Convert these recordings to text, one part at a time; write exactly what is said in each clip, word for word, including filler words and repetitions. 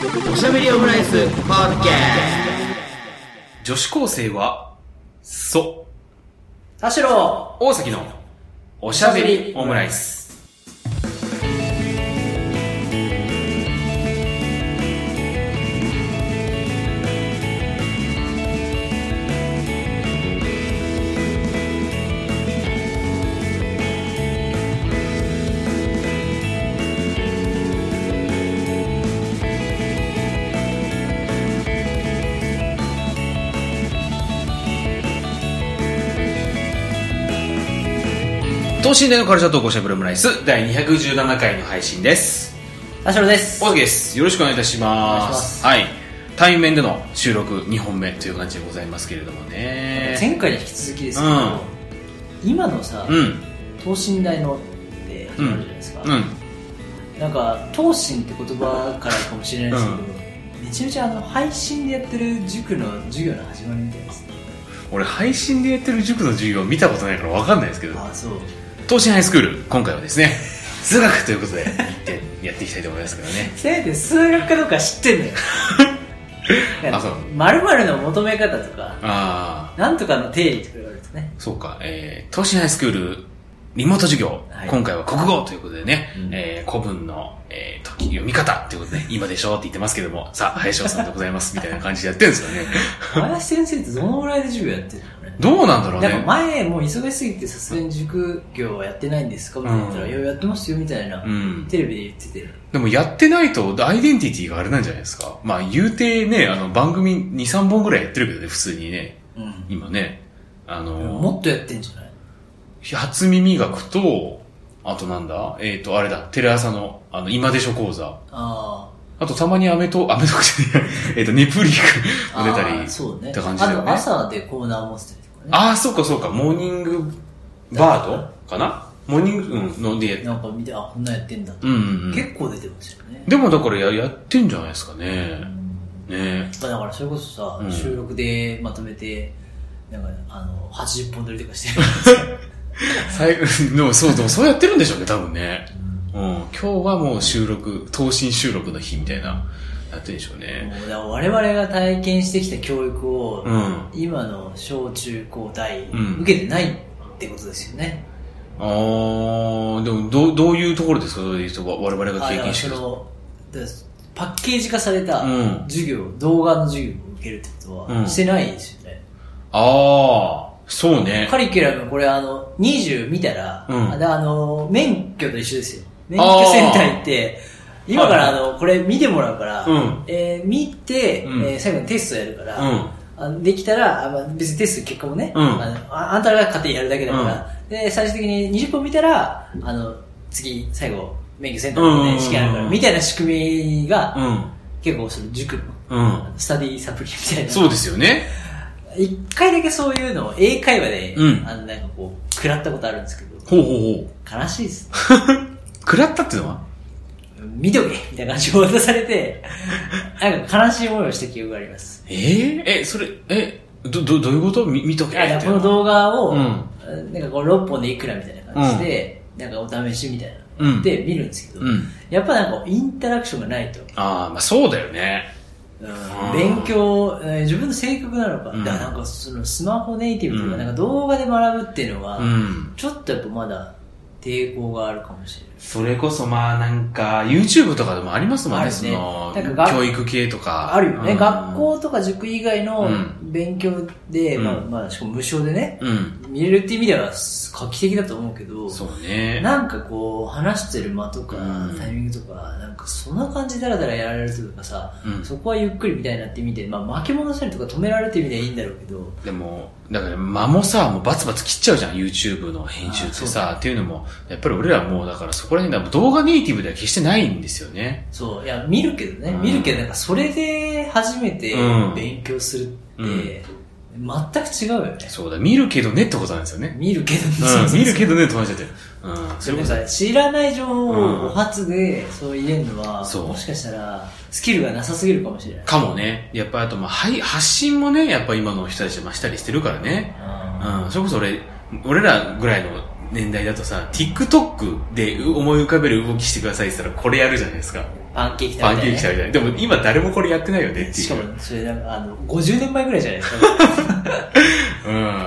おしゃべりオムライスポッドキャスト。 女子高生はそ田代大崎のおしゃべりオムライス。等身大のカルチャートークおしゃべりオムライスだいにひゃくじゅうななかいの配信です。 田代です。 大崎です。よろしくお願いいたします。はい。対面での収録にほんめという感じでございますけれどもね。 前回に引き続きですけど、うん、今のさ、うん、等身大のって始まるじゃないですか。うんうん、なんか等身って言葉からかもしれないですけど、うん、めちゃめちゃあの配信でやってる塾の授業の始まりみたいですね。 俺配信でやってる塾の授業見たことないから分かんないですけど。 ああ、そう。 東進ハイスクール、今回はですね、数学ということで行ってやっていきたいと思いますけどね。 せめて数学かどうか知ってんのよ。あ、そう。〇〇の求め方とか、あ、なんとかの定理とか言われるとね。 そうか、えー、東進ハイスクールリモート授業、はい、今回は国語ということでね、うん、えー、古文の、えー、時読み方ということで、今でしょって言ってますけども、さあ林尾さんでございますみたいな感じでやってるんですよね。 林先生ってどのぐらいで授業やってるのね。 どうなんだろうね。 なんか前もう忙しすぎてさすがに塾業はやってないんですかみたいな言ったら、うん、いややってますよみたいな、うん、テレビで言ってて。 でもやってないとアイデンティティがあれなんじゃないですか。まあ言うてね、あの番組に、さんぼんぐらいやってるけどね、普通にね。うん、今ね。あのー、 もっとやってんじゃない？ 初耳学と、あとなんだえっ、ー、と、あれだ、テレ朝の、あの、今でしょ講座。ああ。あと、たまにアメト、アメトクじゃない、えっと、ネプリークも出たり。 そうね。 って感じだよね。 あと、朝でコーナー持ってたりとかね。 ああ、そうかそうか。モーニングバードかなモーニング、うん、ので。 なんか見て、あ、こんなやってんだと。うんうんうん。結構出てますよね。 でもだからや、やってんじゃないですかね。うん、ねだから、それこそさ、うん、収録でまとめて、なんか、あの、はちじゅっぽん撮りとかしてるんですよ。 最後、でもそう、でもそうやってるんでしょうね、多分ね。うん。今日はもう収録、等身収録の日みたいな、やってるでしょうね。 もうだから我々が体験してきた教育を、うん、今の小中高大、うん、受けてないってことですよね。 あー、でもどう、どういうところですか、そういう人は我々が経験してる。 パッケージ化された授業、うん、動画の授業を受けるってことは、うん、してないですよね。 あー。そうね。 カリキュラム、これあの、にじゅう見たら、うん、あの、免許と一緒ですよ。免許センター行って、今からあの、これ見てもらうから、うん、えー、見て、うん、えー、最後にテストやるから、うん、あできたら、あまあ、別にテスト結果もね、うん、あのあ、あんたが勝手にやるだけだから、うん、で、最終的ににじゅっぽん見たら、あの、次、最後、免許センターの、ね、うん、試験あるから、みたいな仕組みが、うん、結構その塾の、うん、スタディサプリみたいな。 そうですよね。 一回だけそういうのを英会話で、うん、あのなんかこう食らったことあるんですけど、 ほうほうほう、悲しいです。 食らったっていうのは見とけみたいな感じを渡されて、なんか悲しい思いをした記憶があります。 えー、え、それ、え、ど、ど、どういうこと見、見とけみたいな。 この動画を、うん、なんかこうろっぽんでいくらみたいな感じで、うん、なんかお試しみたいな、うん、で見るんですけど、うん、やっぱなんかインタラクションがないと。 ああ、まあそうだよね。 うん、勉強、えー、自分の性格なのか、うん、だからなんかそのスマホネイティブとか、うん、なんか動画で学ぶっていうのは、うん、ちょっとやっぱまだ抵抗があるかもしれない。 それこそまあなんか YouTube とかでもありますもんね、ね、その教育系とかあるよね、うん、学校とか塾以外の勉強で、うん、まあまあしかも無償でね、うん、見れるっていう意味では画期的だと思うけど、 そうね、 なんかこう話してる間とか、うん、タイミングとかなんかそんな感じだらだらやられるとかさ、うん、そこはゆっくりみたいなって意味で、まあ巻き戻したりとか止められてる意味ではいいんだろうけど、 でもだから間もさもうバツバツ切っちゃうじゃん YouTube の編集ってさ、っていうのもやっぱり俺らもうだからそこら辺で動画ネイティブでは決してないんですよね。 そう、いや見るけどね、うん、見るけどなんかそれで初めて勉強するって、うんうん、全く違うよね。 そうだ、見るけどねってことなんですよね。 見るけどね、 うん、見るけどねって話だって、うん、 それもさ知らない情報をお初でそう入れるのは、うん、もしかしたらスキルがなさすぎるかもしれないかもね。やっぱあとまあ発信もねやっぱ今の人たちはしたりしてるからね、うん、それこそ俺俺らぐらいの年代だとさ TikTok で思い浮かべる動きしてくださいって言ったらこれやるじゃないですか。 パンケーキ食べたい、ね。 パンケーキ食べたい。でも今誰もこれやってないよねっていう。 しかも、それなんか、あの、ごじゅうねんまえぐらいじゃないですか。うん。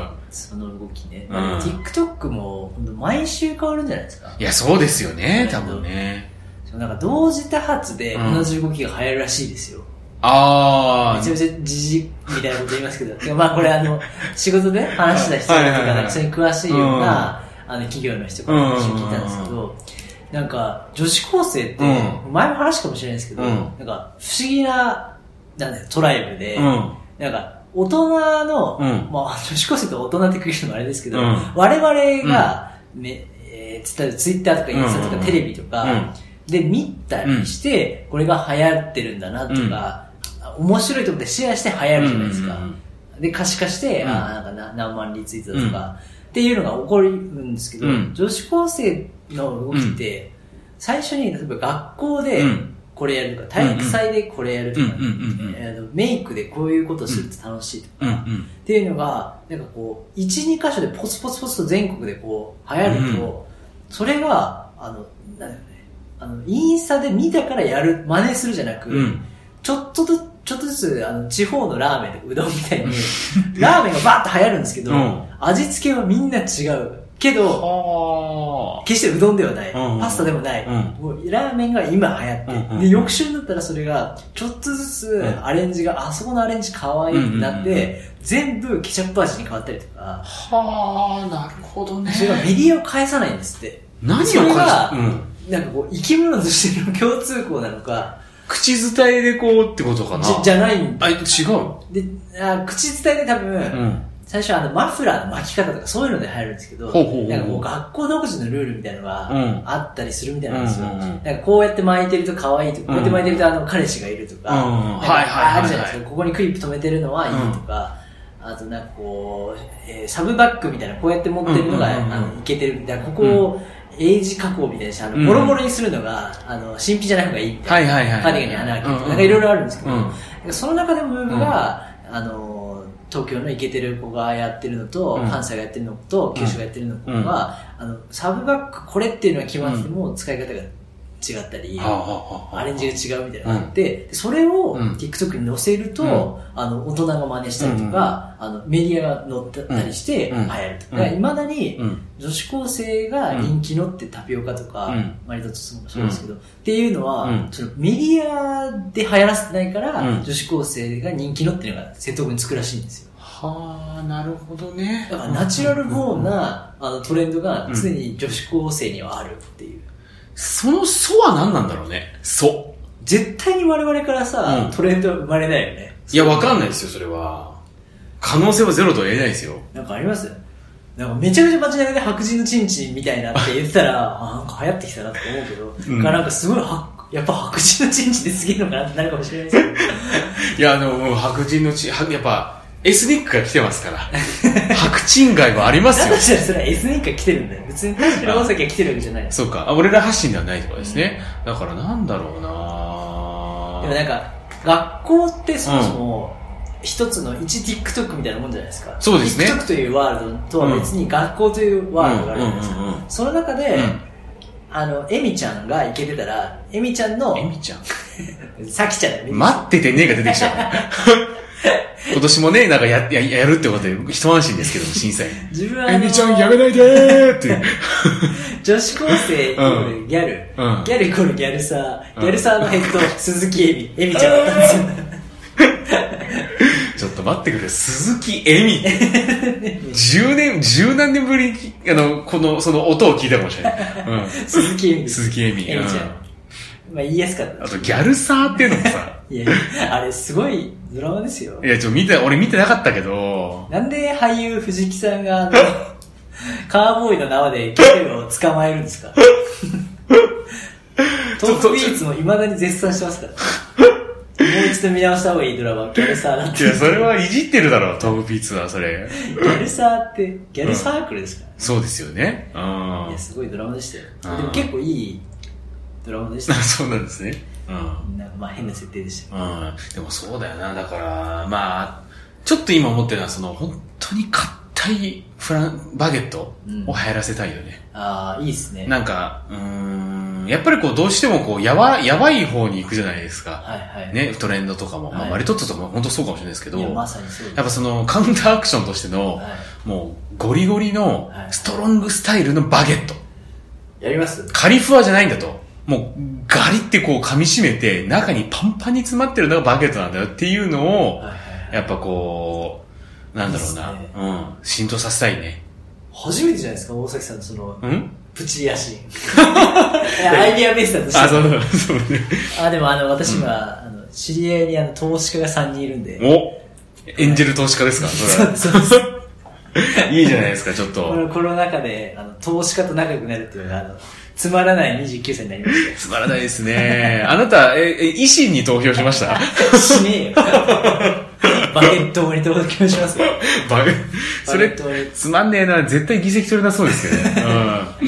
その動きね。まあ、うん、TikTok も、毎週変わるんじゃないですか。 いや、そうですよね、多分ね。 なんか同時多発で同じ動きが流行るらしいですよ。うん、 ああ。 めちゃめちゃじじみたいなこと言いますけど。まあこれあの、仕事で話した人とか、それに詳しいような、うん、あの、企業の人から話を聞いたんですけど、なんか、女子高生って、うん、前も話したかもしれないですけど、うん、なんか、不思議な、なんだよ、トライブで、うん、なんか、大人の、うん、まあ、女子高生と大人ってくるのもあれですけど、うん、我々が、ね、えー、例えばツイッターとかインスタとかテレビとか、うんで見たりして、うん、これが流行ってるんだなとか、うん、面白いと思ってシェアして流行るじゃないですか。うんうんうん、で、可視化して、うん、あなんかな何万リツイートだとか、うん、っていうのが起こるんですけど、うん、女子高生の動きって、うん、最初に例えば学校でこれやるとか、体育祭でこれやるとか、メイクでこういうことすると楽しいとか、うんうん、っていうのが、なんかこう、いち、に箇所でポツポツポツと全国でこう流行ると、うん、それが、あの、なんだよね、あの、インスタで見たからやる、真似するじゃなく、うん、ちょっとずつ、ちょっとずつ、あの、地方のラーメンとかうどんみたいに、ラーメンがバーッと流行るんですけど、うん、味付けはみんな違う。けど、決してうどんではない。うん、パスタでもない、うん。もうラーメンが今流行って、うん、で、翌週になったらそれが、ちょっとずつアレンジが、うん、あそこのアレンジ可愛いってなって、うんうんうんうん、全部ケチャップ味に変わったりとか。 はあ、なるほどね。 それがメディアを返さないんですって。 何を返さない、 なんかこう、生き物としての共通項なのか、 口伝えでこうってことかなじゃ、じゃないんだ。あ、違う。 で、あ口伝えで多分、うん、最初あの、マフラーの巻き方とかそういうので入るんですけど、ほうほうほうなんかこう、学校独自のルールみたいなのがあったりするみたいなんですよ。うんうんうん、なんかこうやって巻いてると可愛いとか、こうやって巻いてるとあの、彼氏がいるとか、うんうん、なんかあるじゃないですか。ここにクリップ止めてるのはいいとか、うん、あとなんかこう、えー、サブバッグみたいな、こうやって持ってるのが、うんうんうん、あの、いけてるみたいな、ここを、うん英字加工みたいなし、あの、ボロボロにするのが、うん、あの、新品じゃない方がいいみたいな。はいはいはい。カーディガンに穴開けるとか、なんかいろいろあるんですけど、うん、その中でもムーブが、うん、あの、東京のイケてる子がやってるのと、うん、関西がやってるのと、九州がやってるのとは、うん、あの、サブバッグこれっていうのが決まっても、使い方が違ったり、うん、アレンジが違うみたいなのがあって、うん、それを TikTok に載せると、うん、あの、大人が真似したりとか、うん、あの、メディアが載ったりして流行ると。うん、未だに、女子高生が人気のってタピオカとか、うん、マリトッツォもそうですけど、うん、っていうのは、うん、そのメディアで流行らせてないから、うん、女子高生が人気のっていうのが説得につくらしいんですよ。 はあ、なるほどね。 だからナチュラルボーンな、あのトレンドが常に女子高生にはあるっていう。 その素は何なんだろうね。素。 絶対に我々からさ、うん、トレンド生まれないよね。 いや、わかんないですよ、それは。可能性はゼロとは言えないですよ。 なんかありますなんかめちゃめちゃ街中で白人のチンチンみたいなって言ってたら、あ、なんか流行ってきたなって思うけど、うん、なんかすごいは、やっぱ白人のチンチンってすげえのかなってなるかもしれないですけど。 いや、あの、もう白人のチン、やっぱ、エスニックが来てますから。白人街はありますよ。 だとしたらそれはエスニックが来てるんだよ。別に確かに大崎が来てるわけじゃない。 そうか。あ、俺ら発信ではないとかですね。うん、だからなんだろうなでもなんか、学校ってそもそも、うん一つの一 TikTok みたいなもんじゃないですか。 そうですね。 TikTok というワールドとは別に学校というワールドがあるじゃないですか。その中で、うん、あの、エミちゃんがいけてたら、エミちゃんの、 エミちゃんさきちゃんだね。 待っててねが出てきちゃう。今年もね、なんかや、や、やるってことで一安心ですけども、審査員。自分はエミちゃんやめないでーって。 女子高生イコールギャル、うん、ギャルイコールギャルサー、ギャルサーのヘッド、鈴木エミ、エミちゃんだったんですよ。 ちょっと待ってくれ、鈴木恵美。十年、十何年ぶりに、あの、この、その音を聞いたかもしれない。うん、 鈴木恵美。 鈴木恵美。 恵美ちゃん。まあ言いやすかった。 あと、ギャルサーっていうのもさ。 いや、あれすごいドラマですよ。 いや、ちょ、見て、俺見てなかったけど。 なんで俳優藤木さんが、あの、カーボーイの縄でギャルを捕まえるんですかトークビーツも未だに絶賛してますから。もう一度見直した方がいいドラマ、ギャルサーだって。 いや、それはいじってるだろう、トム・ピーツは、それ。 ギャルサーって、ギャルサークルですから、ねうん、そうですよね。うん。 いや、すごいドラマでしたよ。でも結構いいドラマでしたよ。 そうなんですね。うん。 なんかまあ変な設定でしたよ。うん。でもそうだよな、だから、まあ、ちょっと今思ってるのは、その、本当に硬いフラン、バゲットを流行らせたいよね。 うん、ああ、いいっすね。 なんか、うーん、 ん。やっぱりこう、どうしてもこう、やば、やばい方に行くじゃないですか。 はいはい。 ね、トレンドとかも。はい、まあ、マリトッツォとかも本当そうかもしれないですけど。いや、 まさにそうです。 やっぱその、カウンターアクションとしての、はい、もう、ゴリゴリの、ストロングスタイルのバゲット。 やります？ カリフワじゃないんだと。もう、ガリってこう噛み締めて、中にパンパンに詰まってるのがバゲットなんだよっていうのを、はいはいはい、やっぱこう、なんだろうな、いいね、うん、浸透させたいね。 初めてじゃないですか、大崎さんのその、 んプチ野心。アイディアベースだとして。 あ、そうそうそうね。 あ、でもあの、私は、うん、あの、知り合いにあの、投資家がさんにんいるんで。 おエンジェル投資家ですか？ そうです、そうです。 いいじゃないですか、ちょっと。 このコロナ禍で、あの、投資家と仲良くなるっていうのが、あの、つまらないにじゅうきゅうさいになりました。 つまらないですね。あなた、え、え、維新に投票しました？ しねえよ。バゲットに投票しますよ。 バゲットそれ、つまんねえな、絶対議席取れなそうですけどね。うん、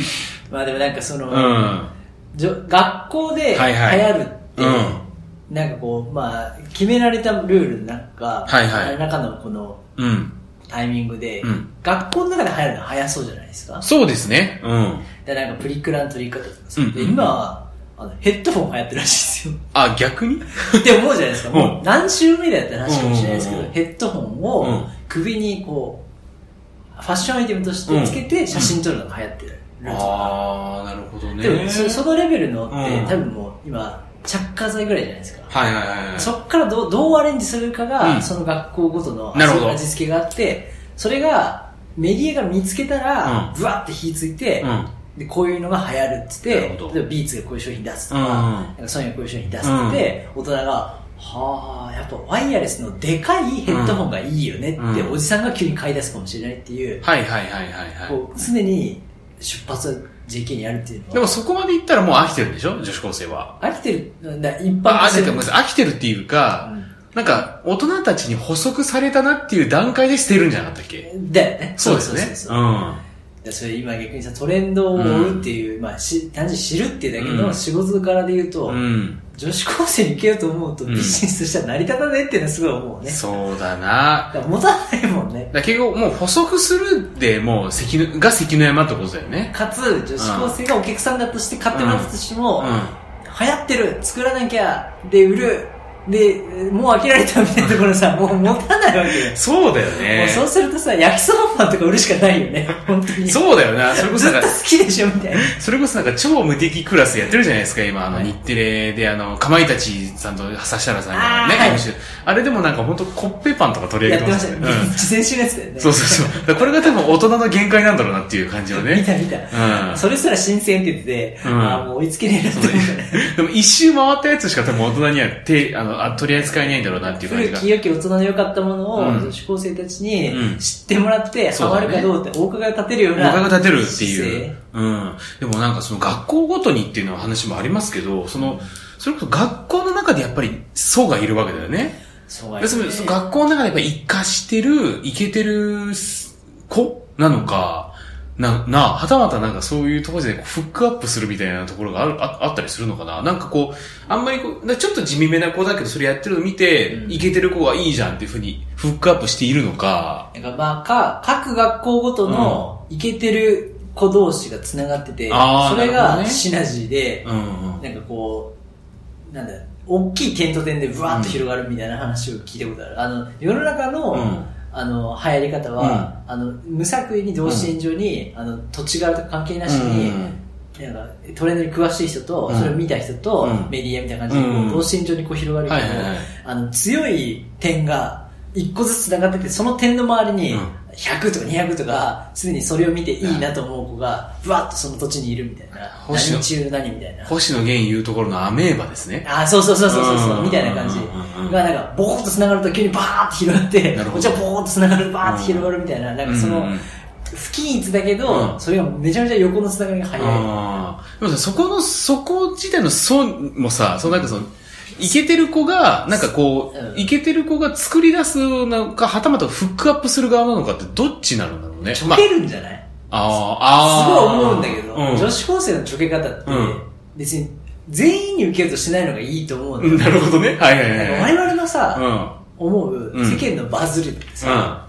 まあでもなんかその、 うん、 学校で流行るって、はいはい、うん、なんかこう、まあ、決められたルールの中、 はいはい、 中のこの、 うん、 タイミングで、 うん、 学校の中で流行るのは早そうじゃないですか。 そうですね。うん。 で、なんかプリクラの撮り方とかさ、うん、で今はあのヘッドフォン流行ってるらしいですよ。 あ、逆にって思うじゃないですか。もう何週目だよって話かもしれないですけど、ヘッドホンを首にこう、ファッションアイテムとしてつけて写真撮るのが流行ってる。 うん、ああ、なるほどね。 でもそ、そのレベルのって、うん、多分もう今、着火剤ぐらいじゃないですか。 はいはいはい、はい。 そっからどう、どうアレンジするかが、うん、その学校ごとの味付けがあって、それがメディアが見つけたら、ブワーって火ついて、うん、でこういうのが流行るっつって、例えばビーツがこういう商品出すとか、うん、なんかソニーがこういう商品出すって言って、うん、大人が、はあ、やっぱワイヤレスのでかいヘッドホンがいいよねって、うん、おじさんが急に買い出すかもしれないっていう、 はいはいはいはい、はい。 こう常に出発は ジェーケー にあるっていうのは。 でもそこまでいったらもう飽きてるんでしょ、女子高生は。 飽きてる、だ一般的に。飽きてるっていうか、うん、なんか、大人たちに補足されたなっていう段階で捨てるんじゃなかったっけ？ だよね。 そうですね。そうそうそう。うん。 それ今逆にさ、トレンドを追うっていう、うん、まあし、単純に知るっていうだけの仕事からで言うと、うん、女子高生に行けようと思うと、ビジネスとしては成り立たねっていうのはすごい思うね。 そうだな。 だから持たないもんね。 だ結構もう補足するでもう関の、が関の山ってことだよね。 かつ、女子高生がお客さんだとして買ってもらったとしても、うんうん、流行ってる、作らなきゃ、で売る、で、もう飽きられたみたいなところさ、もう持たないわけよ。 そうだよね。 もうそうするとさ、焼きそばパンとか売るしかないよね。本当に。 そうだよな。それこそなんか。ずっと好きでしょみたいな。 それこそなんか超無敵クラスやってるじゃないですか、今。あの、日テレで、あの、かまいたちさんと指原さんがね、はい、あれでもなんか本当コッペパンとか取り上げてましたね。 やってましたね。先週のやつだよね。 そうそうそう。これが多分大人の限界なんだろうなっていう感じをね。 見た見た。うん。それすら新鮮って言ってて、うん、ああ、もう追いつけねえなって思ったね。 でも一周回ったやつしか多分大人には手、あの、取り扱いないんだろうなっていう感じが。 古き良き大人の良かったものを、女子高生たちに知ってもらって、ハマるかどうって、お伺いを立てるような。 お伺いを立てるっていう。うん。でもなんかその学校ごとにっていうのは話もありますけど、その、それこそ学校の中でやっぱり層がいるわけだよね。 そうがいる、ね。 その学校の中でやっぱり活かしてる、イケてる子なのか、な、な、はたまたなんかそういうところでフックアップするみたいなところがある、あ, あったりするのかな。なんかこう、あんまりこう、ちょっと地味めな子だけどそれやってるのを見て、うん、イケてる子がいいじゃんっていうふうにフックアップしているのか。 なんかまあ、か、各学校ごとのイケてる子同士が繋がってて、うん、それがシナジーで、うんうん、なんかこう、なんだ、大きい点と点でブワーッと広がるみたいな話を聞いたことある。うん、あの、世の中の、うんあの、流行り方は、うん、あの、無作為に同心上に、うん、あの、土地柄とか関係なしに、うん、なんかトレンドに詳しい人と、うん、それを見た人と、うん、メディアみたいな感じで、うん、同心上にこう広がるけど、はいはいはい、あの、強い点が一個ずつ繋がってて、その点の周りに、ひゃくとかにひゃくとか、常にそれを見ていいなと思う子が、ブワッとその土地にいるみたいな。 星何中何みたいな。 星野源言うところのアメーバですね。 あ、そうそうそうそうそう、みたいな感じが、なんか、ボコッと繋がると急にバーって広がって、こっちはボコッと繋がる、バーって広がるみたいな、なんかその、不均一だけど、うん、それがめちゃめちゃ横の繋がりが早い。 あでもそこの、そこ自体の損もさ、そのなんかその、イケてる子が、なんかこう、うん、イケてる子が作り出すのか、はたまたフックアップする側なのかってどっちなのだろうね。 ちょけるんじゃない、 まあ、あすごい思うんだけど、うん、女子高生のちょけ方って、別に全員に受けるとしないのがいいと思うんだよ、ね。なるほどね。はいはいはい。 我々のさ、うん、思う世間のバズりってさ、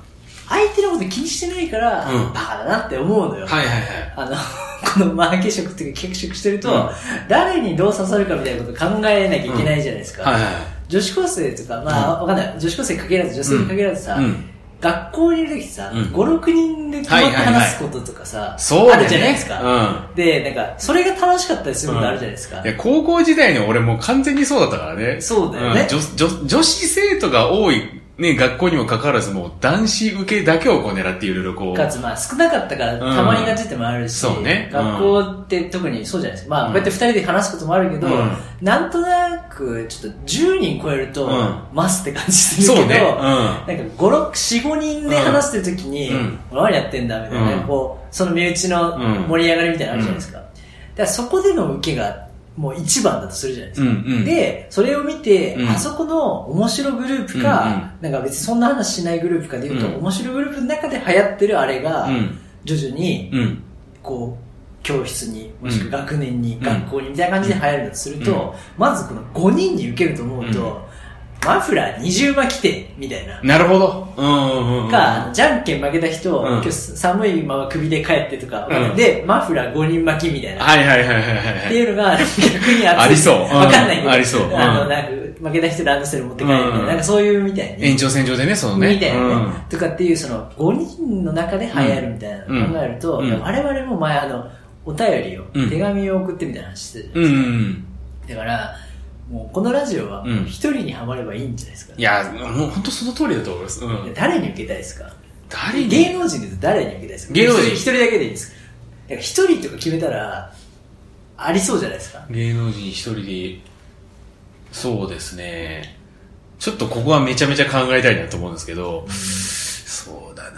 相手のこと気にしてないから、うん、バカだなって思うのよ。 はいはいはい。 あの、このマーケ職っていうか脚色してると、うん、誰にどう刺さるかみたいなこと考えなきゃいけないじゃないですか。うんはいはい、女子高生とか、まあ、わかんない。女子高生かけらず、女性にかけらずさ、うん、学校にいるときさ、うん、ご、ろくにんで決まって話すこととかさ、はいはいはい、あるじゃないですか。うん、で、なんか、それが楽しかったりすることあるじゃないですか。 うん、いや、高校時代に俺もう完全にそうだったからね。 そうだよね。 うん、女, 女, 女子生徒が多い。ね、学校にもかかわらずもう男子受けだけをこう狙っていろいろこう。 かつまあ少なかったからたまにがついてもあるし、うん、そうね。学校って特にそうじゃないですか。まあこうやって二人で話すこともあるけど、うん、なんとなくちょっとじゅうにん超えると、うん、マスって感じするけど、そうね。うん、なんかご、ろく、よん、ごにんで話してるときに、うん、何やってんだみたいな、うん、こう、その身内の盛り上がりみたいなのあるじゃないですか。うん、だからそこでの受けがもう一番だとするじゃないですか。うんうん、で、それを見て、うん、あそこの面白グループか、うんうん、なんか別にそんな話しないグループかで言うと、うん、面白グループの中で流行ってるあれが、うん、徐々に、うん、こう、教室に、もしくは学年に、うん、学校にみたいな感じで流行るんだとすると、うん、まずこのごにんに受けると思うと、うんマフラー二重巻きてみたいな。 なるほど。うんうんうん。 か、じゃんけん負けた人、うん、今日寒いまま首で帰ってとか、うん、で、マフラーごにん巻きみたいな。 はいはいはいはいはい。 っていうのが逆にありそう。 わかんないけど。 ありそう。うん、 あの、なんか、負けた人ランドセル持って帰るみたいな。うん、なんかそういうみたいに。 延長線上でね、そのね。 みたいなね。うん、とかっていう、そのごにんの中で流行るみたいなのを考えると、うん、我々も前あの、お便りを、うん、手紙を送ってみたいな話してるじゃないですか。うんうん、だから、もうこのラジオは一人にハマればいいんじゃないですか、ねうん、いやもう本当その通りだと思います、うん、 誰に受けたいですか誰に芸能人で言うと誰に受けたいですか芸能人一人だけでいいです一人とか決めたらありそうじゃないですか芸能人一人でそうですねちょっとここはめちゃめちゃ考えたいなと思うんですけど、うん、そうだな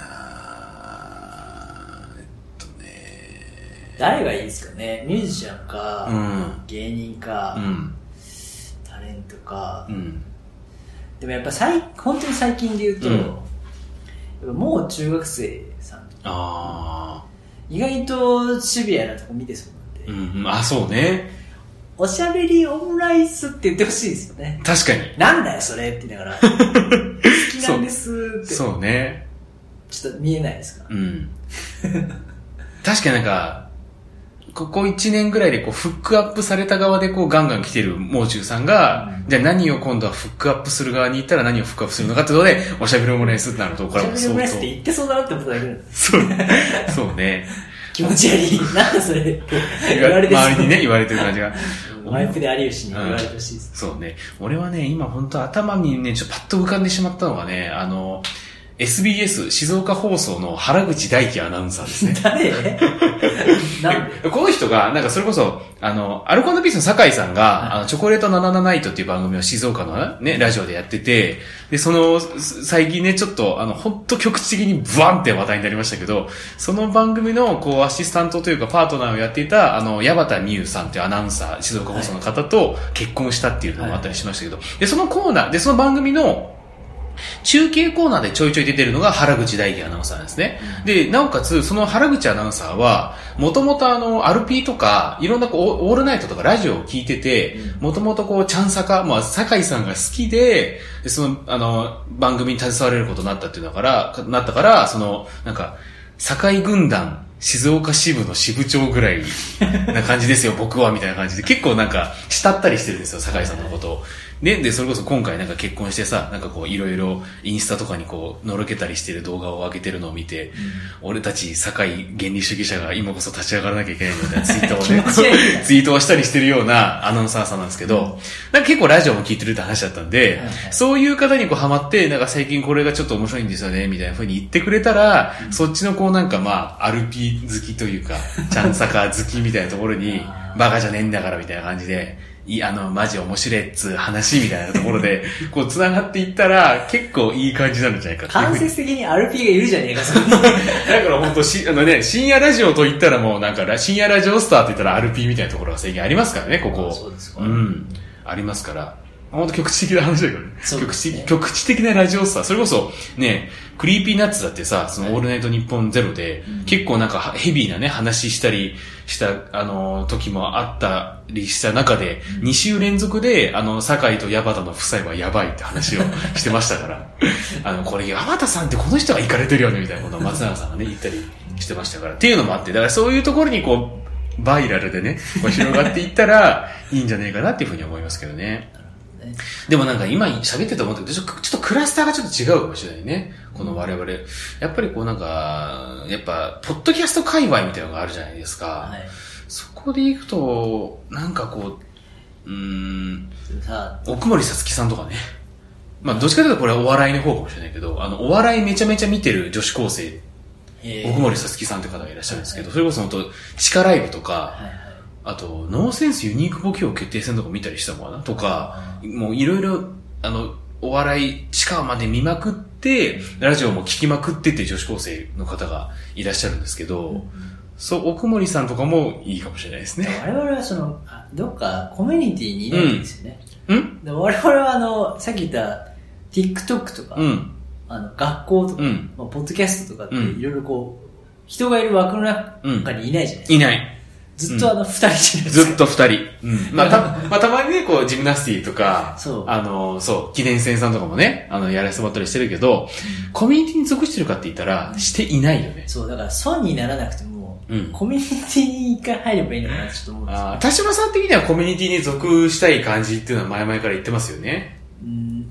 えっとね誰がいいですかねミュージシャンか、うん、芸人か、うんとか、うん、でもやっぱ最本当に最近で言うと、うん、やっぱもう中学生さんとかあ意外とシビアなとこ見てそうなんで、うん、あそうねおしゃべりオムライスって言ってほしいですよね確かになんだよそれって言いながら好きなんですってそうねちょっと見えないですか、うん、 確かになんかここいちねんぐらいでこうフックアップされた側でこうガンガン来てるもう中さんが、うん、じゃあ何を今度はフックアップする側に行ったら何をフックアップするのかってことで、おしゃべりオムライスってなると、 これも相当。おしゃべりオムライスって言ってそうだなってことだけど。 そう。そうね。 気持ち悪い。なんだそれって言われてる。 周りにね、言われてる感じが。 ワイプで有吉に言われてほしいです、 うん。そうね。俺はね、今本当頭にね、ちょっとパッと浮かんでしまったのがね、あの、エスビーエス 静岡放送の原口大輝アナウンサーですね。 誰なんでこの人が、なんかそれこそ、あの、アルコ&ピースの酒井さんが、はい、あの、チョコレートナナナナイトっていう番組を静岡のね、ラジオでやってて、で、その、最近ね、ちょっと、あの、ほんと局地的にブワンって話題になりましたけど、その番組の、こう、アシスタントというか、パートナーをやっていた、あの、矢端美優さんっていうアナウンサー、静岡放送の方と結婚したっていうのがあったりしましたけど、はい、で、そのコーナー、で、その番組の、中継コーナーでちょいちょい出てるのが原口大輝アナウンサーなんですね。うん、で、なおかつ、その原口アナウンサーは、もともとあの、アルピーとか、いろんなこう、オールナイトとかラジオを聞いてて、もともとこう、チャンサカ、まあ、酒井さんが好きで、で、その、あの、番組に携われることになったっていうのから、なったから、その、なんか、酒井軍団、静岡支部の支部長ぐらいな感じですよ、僕は、みたいな感じで、結構なんか、慕ったりしてるんですよ、酒井さんのことを。で、で、それこそ今回なんか結婚してさ、なんかこういろいろインスタとかにこう、のろけたりしてる動画を上げてるのを見て、うん、俺たち堺原理主義者が今こそ立ち上がらなきゃいけないみたいなツイートをね、ツイートをしたりしてるようなアナウンサーさんなんですけど、うん、なんか結構ラジオも聞いてるって話だったんで、はいはい、そういう方にこうハマって、なんか最近これがちょっと面白いんですよね、みたいな風に言ってくれたら、うん、そっちのこうなんかまあ、アルピー好きというか、チャンサカ好きみたいなところに、バカじゃねえんだからみたいな感じで、いい、あの、マジ面白いっつ話みたいなところで、こう繋がっていったら、結構いい感じになるんじゃないかっていう。 間接的に アールピー がいるじゃねえか、それ。 だから本当し、あのね、深夜ラジオと言ったらもうなんか、深夜ラジオスターって言ったら アールピー みたいなところが最近ありますからね、ここ。 そうですか。 うん。ありますから。 ほんと局地的な話だけどね。ね局地的、局地的なラジオスター。それこそ、ね、クリーピーナッツだってさ、そのオールナイトニッポンゼロで、はい、結構なんかヘビーなね、話したりした、あの、時もあったりした中で、うん、に週連続で、あの、酒井と矢端の夫妻はやばいって話をしてましたから、あの、これ、矢端さんってこの人が行かれてるよね、みたいなことを松永さんがね、言ったりしてましたから、っていうのもあって、だからそういうところにこう、バイラルでね、こう広がっていったらいいんじゃないかなっていうふうに思いますけどね。でもなんか今喋ってて思ったけど、ちょっとクラスターがちょっと違うかもしれないね。この我々。やっぱりこうなんか、やっぱ、ポッドキャスト界隈みたいなのがあるじゃないですか。はい、そこで行くと、なんかこう、うーん、奥森さつきさんとかね。まあ、どっちかというとこれはお笑いの方かもしれないけど、あの、お笑いめちゃめちゃ見てる女子高生、奥森さつきさんって方がいらっしゃるんですけど、それこそ本当地下ライブとか、はいはい、あと、ノーセンスユニークボケを決定戦とか見たりしたのかなとか、もういろいろ、あの、お笑い地下まで見まくって、ラジオも聞きまくってって女子高生の方がいらっしゃるんですけど、うん、そう、奥森さんとかもいいかもしれないですね。 我々はその、どっかコミュニティにいないんですよね。うん、で我々はあの、さっき言った TikTok とか、うん、あの学校とか、うんまあ、ポッドキャストとかっていろいろこう、人がいる枠の中にいないじゃないですか。 いない。 ずっとあの二人じゃないですか。ずっと二人。うん。まあた、まあたまにね、こう、ジムナスティとか、そう。あの、そう、記念戦さんとかもね、あの、やらせてもらったりしてるけど、うん、コミュニティに属してるかって言ったら、していないよね。 そう、だから損にならなくても、うん、コミュニティに一回入ればいいのかなってちょっと思うんですよ。 ああ、田島さん的にはコミュニティに属したい感じっていうのは前々から言ってますよね。 うん。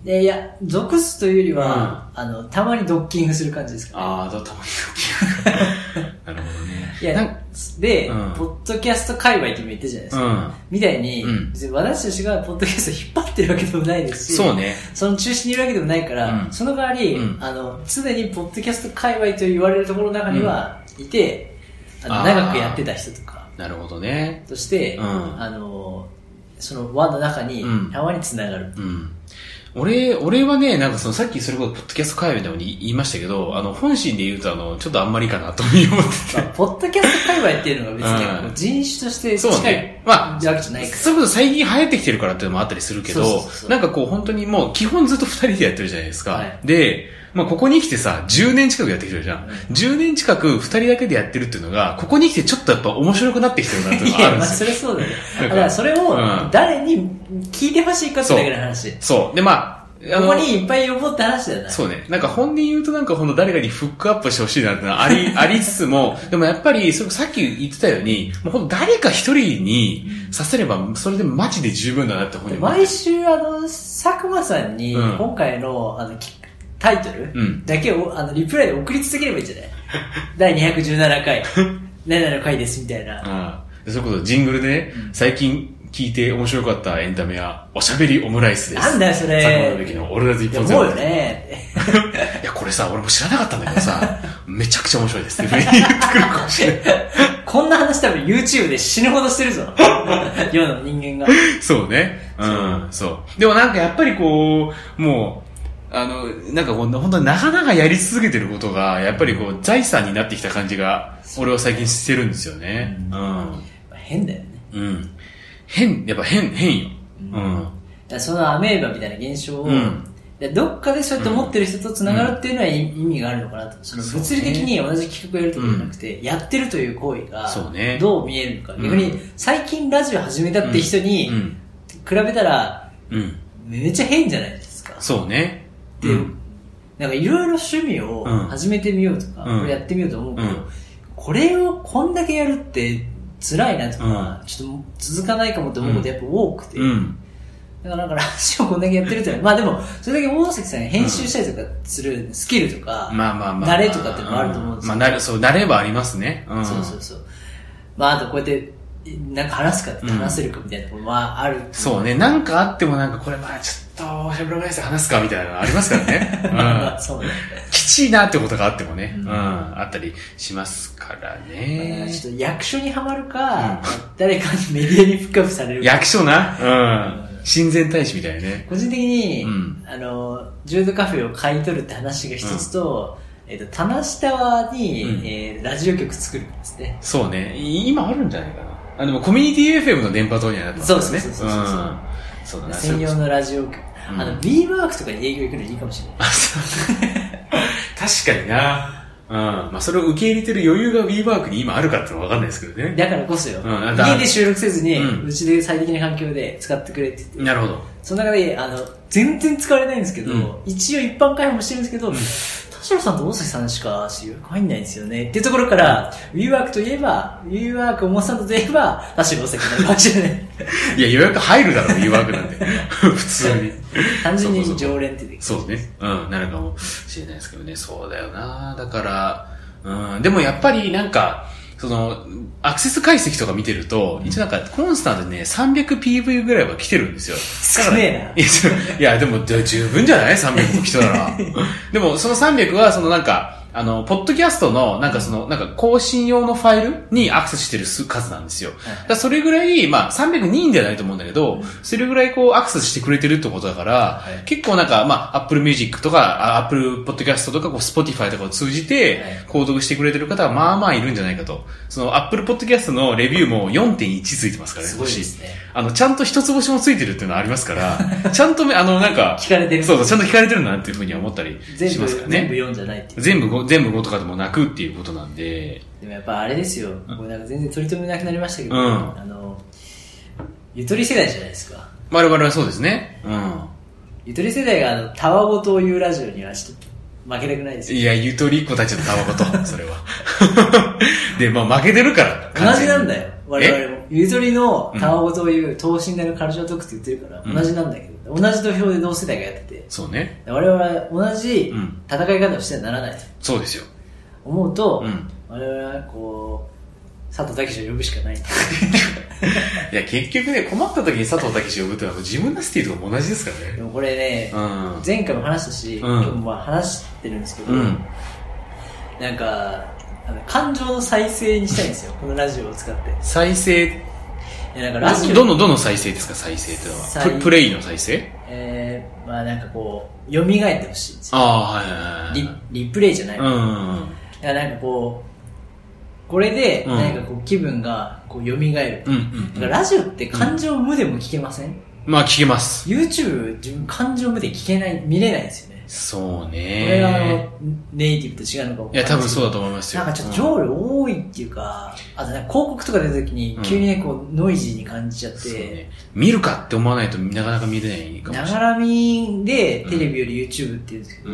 で、いや、属すというよりは、うん、あの、たまにドッキングする感じですかね。 ああ、たまにドッキング。なるほどね。 いや、なんで、うん、ポッドキャスト界隈って言ってるじゃないですか。うん、みたいに、うん、別に私たちがポッドキャストを引っ張ってるわけでもないですし、 そうね。 その中心にいるわけでもないから、うん、その代わり、うん、あの、常にポッドキャスト界隈と言われるところの中にはいて、うん、あの長くやってた人とか、 なるほどね。 として、うん、あの、その輪の中にたまに繋がる。 うんうん俺、俺はね、なんかそのさっきそれこそポッドキャスト界隈でも言いましたけど、あの、本心で言うとあの、ちょっとあんまりかなと思ってて。 まあ、ポッドキャスト界隈っていうのが別に、うん、人種として近いわけじゃないから。まあ、 それこそ最近流行ってきてるからっていうのもあったりするけど、そうそうそうなんかこう本当にもう基本ずっと二人でやってるじゃないですか。はい、で、まあここに来てさ、じゅうねん近くやってきてるじゃん。うん、じゅうねん近く二人だけでやってるっていうのが、ここに来てちょっとやっぱ面白くなってきてるなっていうのがあるんですよ。 いや、まあそれそうだよ。だからそれを誰に聞いてほしいかってだけの話。 そう。そうで、まあ、 ここにいっぱい呼ぼうって話だよね。 そうね。なんか本人言うとなんかほんと誰かにフックアップしてほしいなってのはあり、ありつつも、でもやっぱり、それさっき言ってたように、もうほんと誰か一人にさせれば、それでマジで十分だなって本人思って。毎週あの、佐久間さんに、今回のあの、タイトルだけを、あの、リプライで送り続ければいいんじゃないだいにひゃくじゅうななかい、ななの回ですみたいな。ああ。そういうことジングルでね、うん、最近、聞いて面白かったエンタメは、おしゃべりオムライスです。 なんだよ、それ。 佐久間のべきのオールナイト一本ゼロ。 思うよね。 いや、これさ、俺も知らなかったんだけどさ、めちゃくちゃ面白いですって言ってくるかもしれない。 こんな話多分 YouTube で死ぬほどしてるぞ。世の人間が。 そうね。うん、そう。でもなんかやっぱりこう、もう、あの、なんかこう、本当になかなかやり続けてることが、やっぱりこう、財産になってきた感じが、俺は最近してるんですよね。うん。うん、 変だよね。 うん。変、やっぱ変、変よ。うん。 うん、そのアメーバみたいな現象を、うん、どっかでそうやって思ってる人と繋がるっていうのは意味があるのかなと。その物理的に同じ企画をやるとかじゃなくて、うん、やってるという行為が、どう見えるのか。逆に、最近ラジオ始めたって人に、比べたら、うん、めっちゃ変じゃないですか。 そうね。 で、うん、なんかいろいろ趣味を始めてみようとか、うん、これやってみようと思うけど、うん、これをこんだけやるって、辛いなとか、うん、ちょっと続かないかもって思うことやっぱ多くて、うん、だからなんかラジオこんだけやってるってまあでもそれだけ大関さんが編集したりとかするスキルとか、うん、まあまあまあ慣れとかっていうのもあると思うんですよ、 うん、まあ慣れそう慣れはありますね、 うん、そうそうそうまああとこうやってなんか話すかって話せるかみたいなところもある、うん、 そうねなんかあってもなんかこれまあちょっとおしゃべりオムライス話すかみたいなのありますからね、うん、そうねきちいなってことがあってもね、うん、うん、あったりしますからね、 まあ、ちょっと役所にはまるか、うん、誰かにメディアにフックアップされるか役所な、うん、親善大使みたいなね個人的に、うん、あのジュードカフェを買い取るって話が一つと、うんえー、と棚下に、うんえー、ラジオ局作るんですねそうね今あるんじゃないかなあでもコミュニティ エフエム の電波塔にはなってますねそうそうそうそうそう、うんそうだな。 専用のラジオ局。うん、あの、B ワークとかに営業行くのいいかもしれない。 確かにな。うん。まあ、それを受け入れてる余裕が B ワークに今あるかってのはわかんないですけどね。 だからこそよ。うん、家で収録せずに、うち、ん、で最適な環境で使ってくれって言って。 なるほど。 その中で、あの、全然使われないんですけど、うん、一応一般開放もしてるんですけど、うん、田代さんと大崎さんしか予約入んないんですよね。っていうところから、B ワークといえば、B ワークおもさんといえば、田代大崎になるかもしれない。 いや、予約入るだろ、B ワークなんて。普通に。 単純に常連ってできる。 そうね。うん、なるかもしれないですけどね。そうだよな。だから、うん、でもやっぱりなんか、その、アクセス解析とか見てると、うん、一応なんか、コンスタントでね、さんびゃくピーブイ ぐらいは来てるんですよ。 少ねえな。いや、でも、十分じゃない ?さんびゃく も来たら。でも、そのさんびゃくは、そのなんか、あの、ポッドキャストの、なんかその、なんか更新用のファイルにアクセスしてる数なんですよ。だからそれぐらい、まあ、さんびゃくにんではないと思うんだけど、うん、それぐらいこう、アクセスしてくれてるってことだから、はい、結構なんか、まあ、Apple Music とか、Apple Podcast とか、こう、Spotify とかを通じて、購読してくれてる方は、まあまあいるんじゃないかと。その、Apple Podcast のレビューも よんてんいち ついてますからね、 すごいですね。 あの、ちゃんと一つ星もついてるっていうのはありますから、ちゃんと、あの、なんか、 聞かれてる。 そうそう、ちゃんと聞かれてるなっていうふうには思ったりしますからね。 全部よんじゃないっていう。 全部ご、全部ごとかでもなくっていうことなんで。 でもやっぱあれですよ、うん、これなんか全然取り留めなくなりましたけど、うん、あの、ゆとり世代じゃないですか。 我々はそうですね。うん。 ゆとり世代があの、たわごとを言うラジオにはちょっと負けたくないですよ。 いや、ゆとりっ子たちのたわごと、それは。で、まあ負けてるから。 同じなんだよ、我々も。ゆとりのたわごとを言う、等身大のカルチャートークって言ってるから、同じなんだけど、うん、同じ土俵で同世代がやってて。 そうね。 我々は同じ戦い方をしてはならないと。 そうですよ。 思うと、うん、我々はこう、佐藤健を呼ぶしかない。いや、結局ね、困った時に佐藤健を呼ぶってのは自分のスティとかも同じですからね。 でもこれね、うん、前回も話したし、うん、今日もまあ話してるんですけど、うん、なんか、あの感情の再生にしたいんですよ、このラジオを使って。 再生いやなんかラジオどの、どの再生ですか、再生ってのは。プ, プレイの再生えー、まあなんかこう、蘇ってほしいんですよ。 ああ、はいはいはい。 リ、リプレイじゃない。 うんうんうん。 いやなんかこうこれで何かこう気分がこう蘇る、うんうんうん、だからラジオって感情無でも聞けません？ まあ聞けます。 YouTube 自分感情無で聞けない見れないんですよね。 そうね。 これがあのネイティブと違うのかも。 いや多分そうだと思いますよ。 なんかちょっと情報多いっていうか、うん、あとね広告とか出た時に急にねこうノイジーに感じちゃって、うんね、 見るかって思わないとなかなか見れないかもしれない。 ながらみでテレビより YouTube って言うんですけど、うん、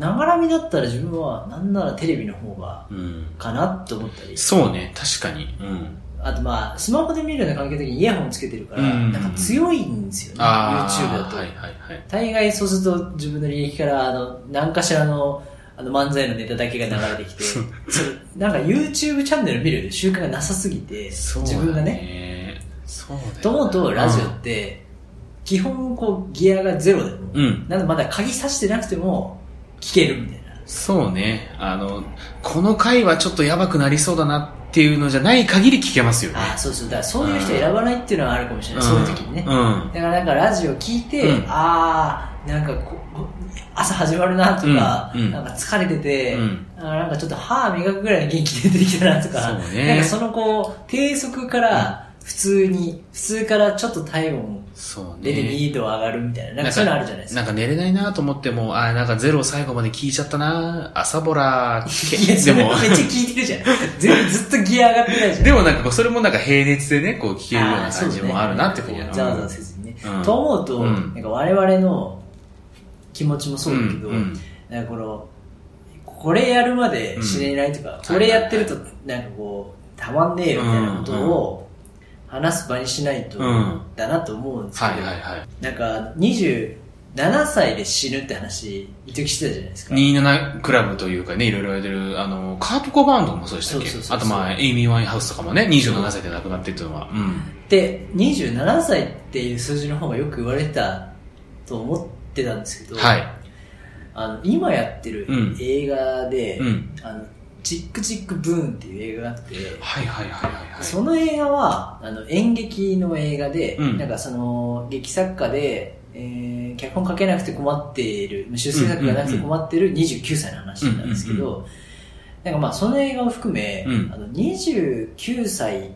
ながらみだったら自分はなんならテレビの方がかなって思ったり、うん、 そうね確かに、うん、 あとまあスマホで見るような関係的にイヤホンつけてるから、うん、なんか強いんですよね、YouTube だと、はいはいはい、大概そうすると自分の履歴からあの何かしらのあの漫才のネタだけが流れてきてそれなんか YouTube チャンネル見る習慣がなさすぎて、自分がねそうだねと思うとラジオって、うん、基本こうギアがゼロでも、うん、なんでまだ鍵さしてなくても聞けるみたいな。 そうね、あのこの回はちょっとやばくなりそうだなっていうのじゃない限り聞けますよね。 ああそうそう、だからそういう人選ばないっていうのはあるかもしれない、うん、そういう時にね、うん、だからなんかラジオ聞いて、うん、ああなんかこ朝始まるなとか、うんうん、なんか疲れてて、うん、あなんかちょっと歯磨くぐらいの元気出てきたなとか、そうね、なんかそのこう低速から普通に普通からちょっと体温出てにど上がるみたいな、なんかそういうのあるじゃないですか。 なんか寝れないなと思っても、あなんかゼロ最後まで聞いちゃったな、朝ボラいやでもめっちゃ聞いてるじゃん。全ずっとギア上がってないじゃん。 でもなんかそれもなんか並列でねこう聞けるような感じもあるなってふうには、 ざわざわせずにね、うん、と思うと、うん、なんか我々の気持ちもそうだけど、うんうん、なんかこのこれやるまで死ねないとか、うん、これやってるとなんかこうたまんねえよみたいなことを話す場にしないとだなと思うんですけど、うんはいはいはい、なんかにじゅうななさいで死ぬって話一時してたじゃないですか。 にじゅうななクラブというかね、いろいろやってるあのカープコバンドもそうでしたっけ。そうそうそうそう、あとまあエイミー・ワインハウスとかもねにじゅうななさいで亡くなってっていうのは、うん、 でにじゅうななさいっていう数字の方がよく言われてたと思ってたんですけど、はい、あの今やってる映画で、うん、あのチックチックブーンっていう映画があって、 はいはいはいはい、はい、 その映画はあの演劇の映画で、うん、なんかその劇作家で、えー、脚本書けなくて困っている出世作がなくて困っているにじゅうきゅうさいの話なんですけど、うんうんうん、なんかまあその映画を含め、うん、あのにじゅうきゅうさい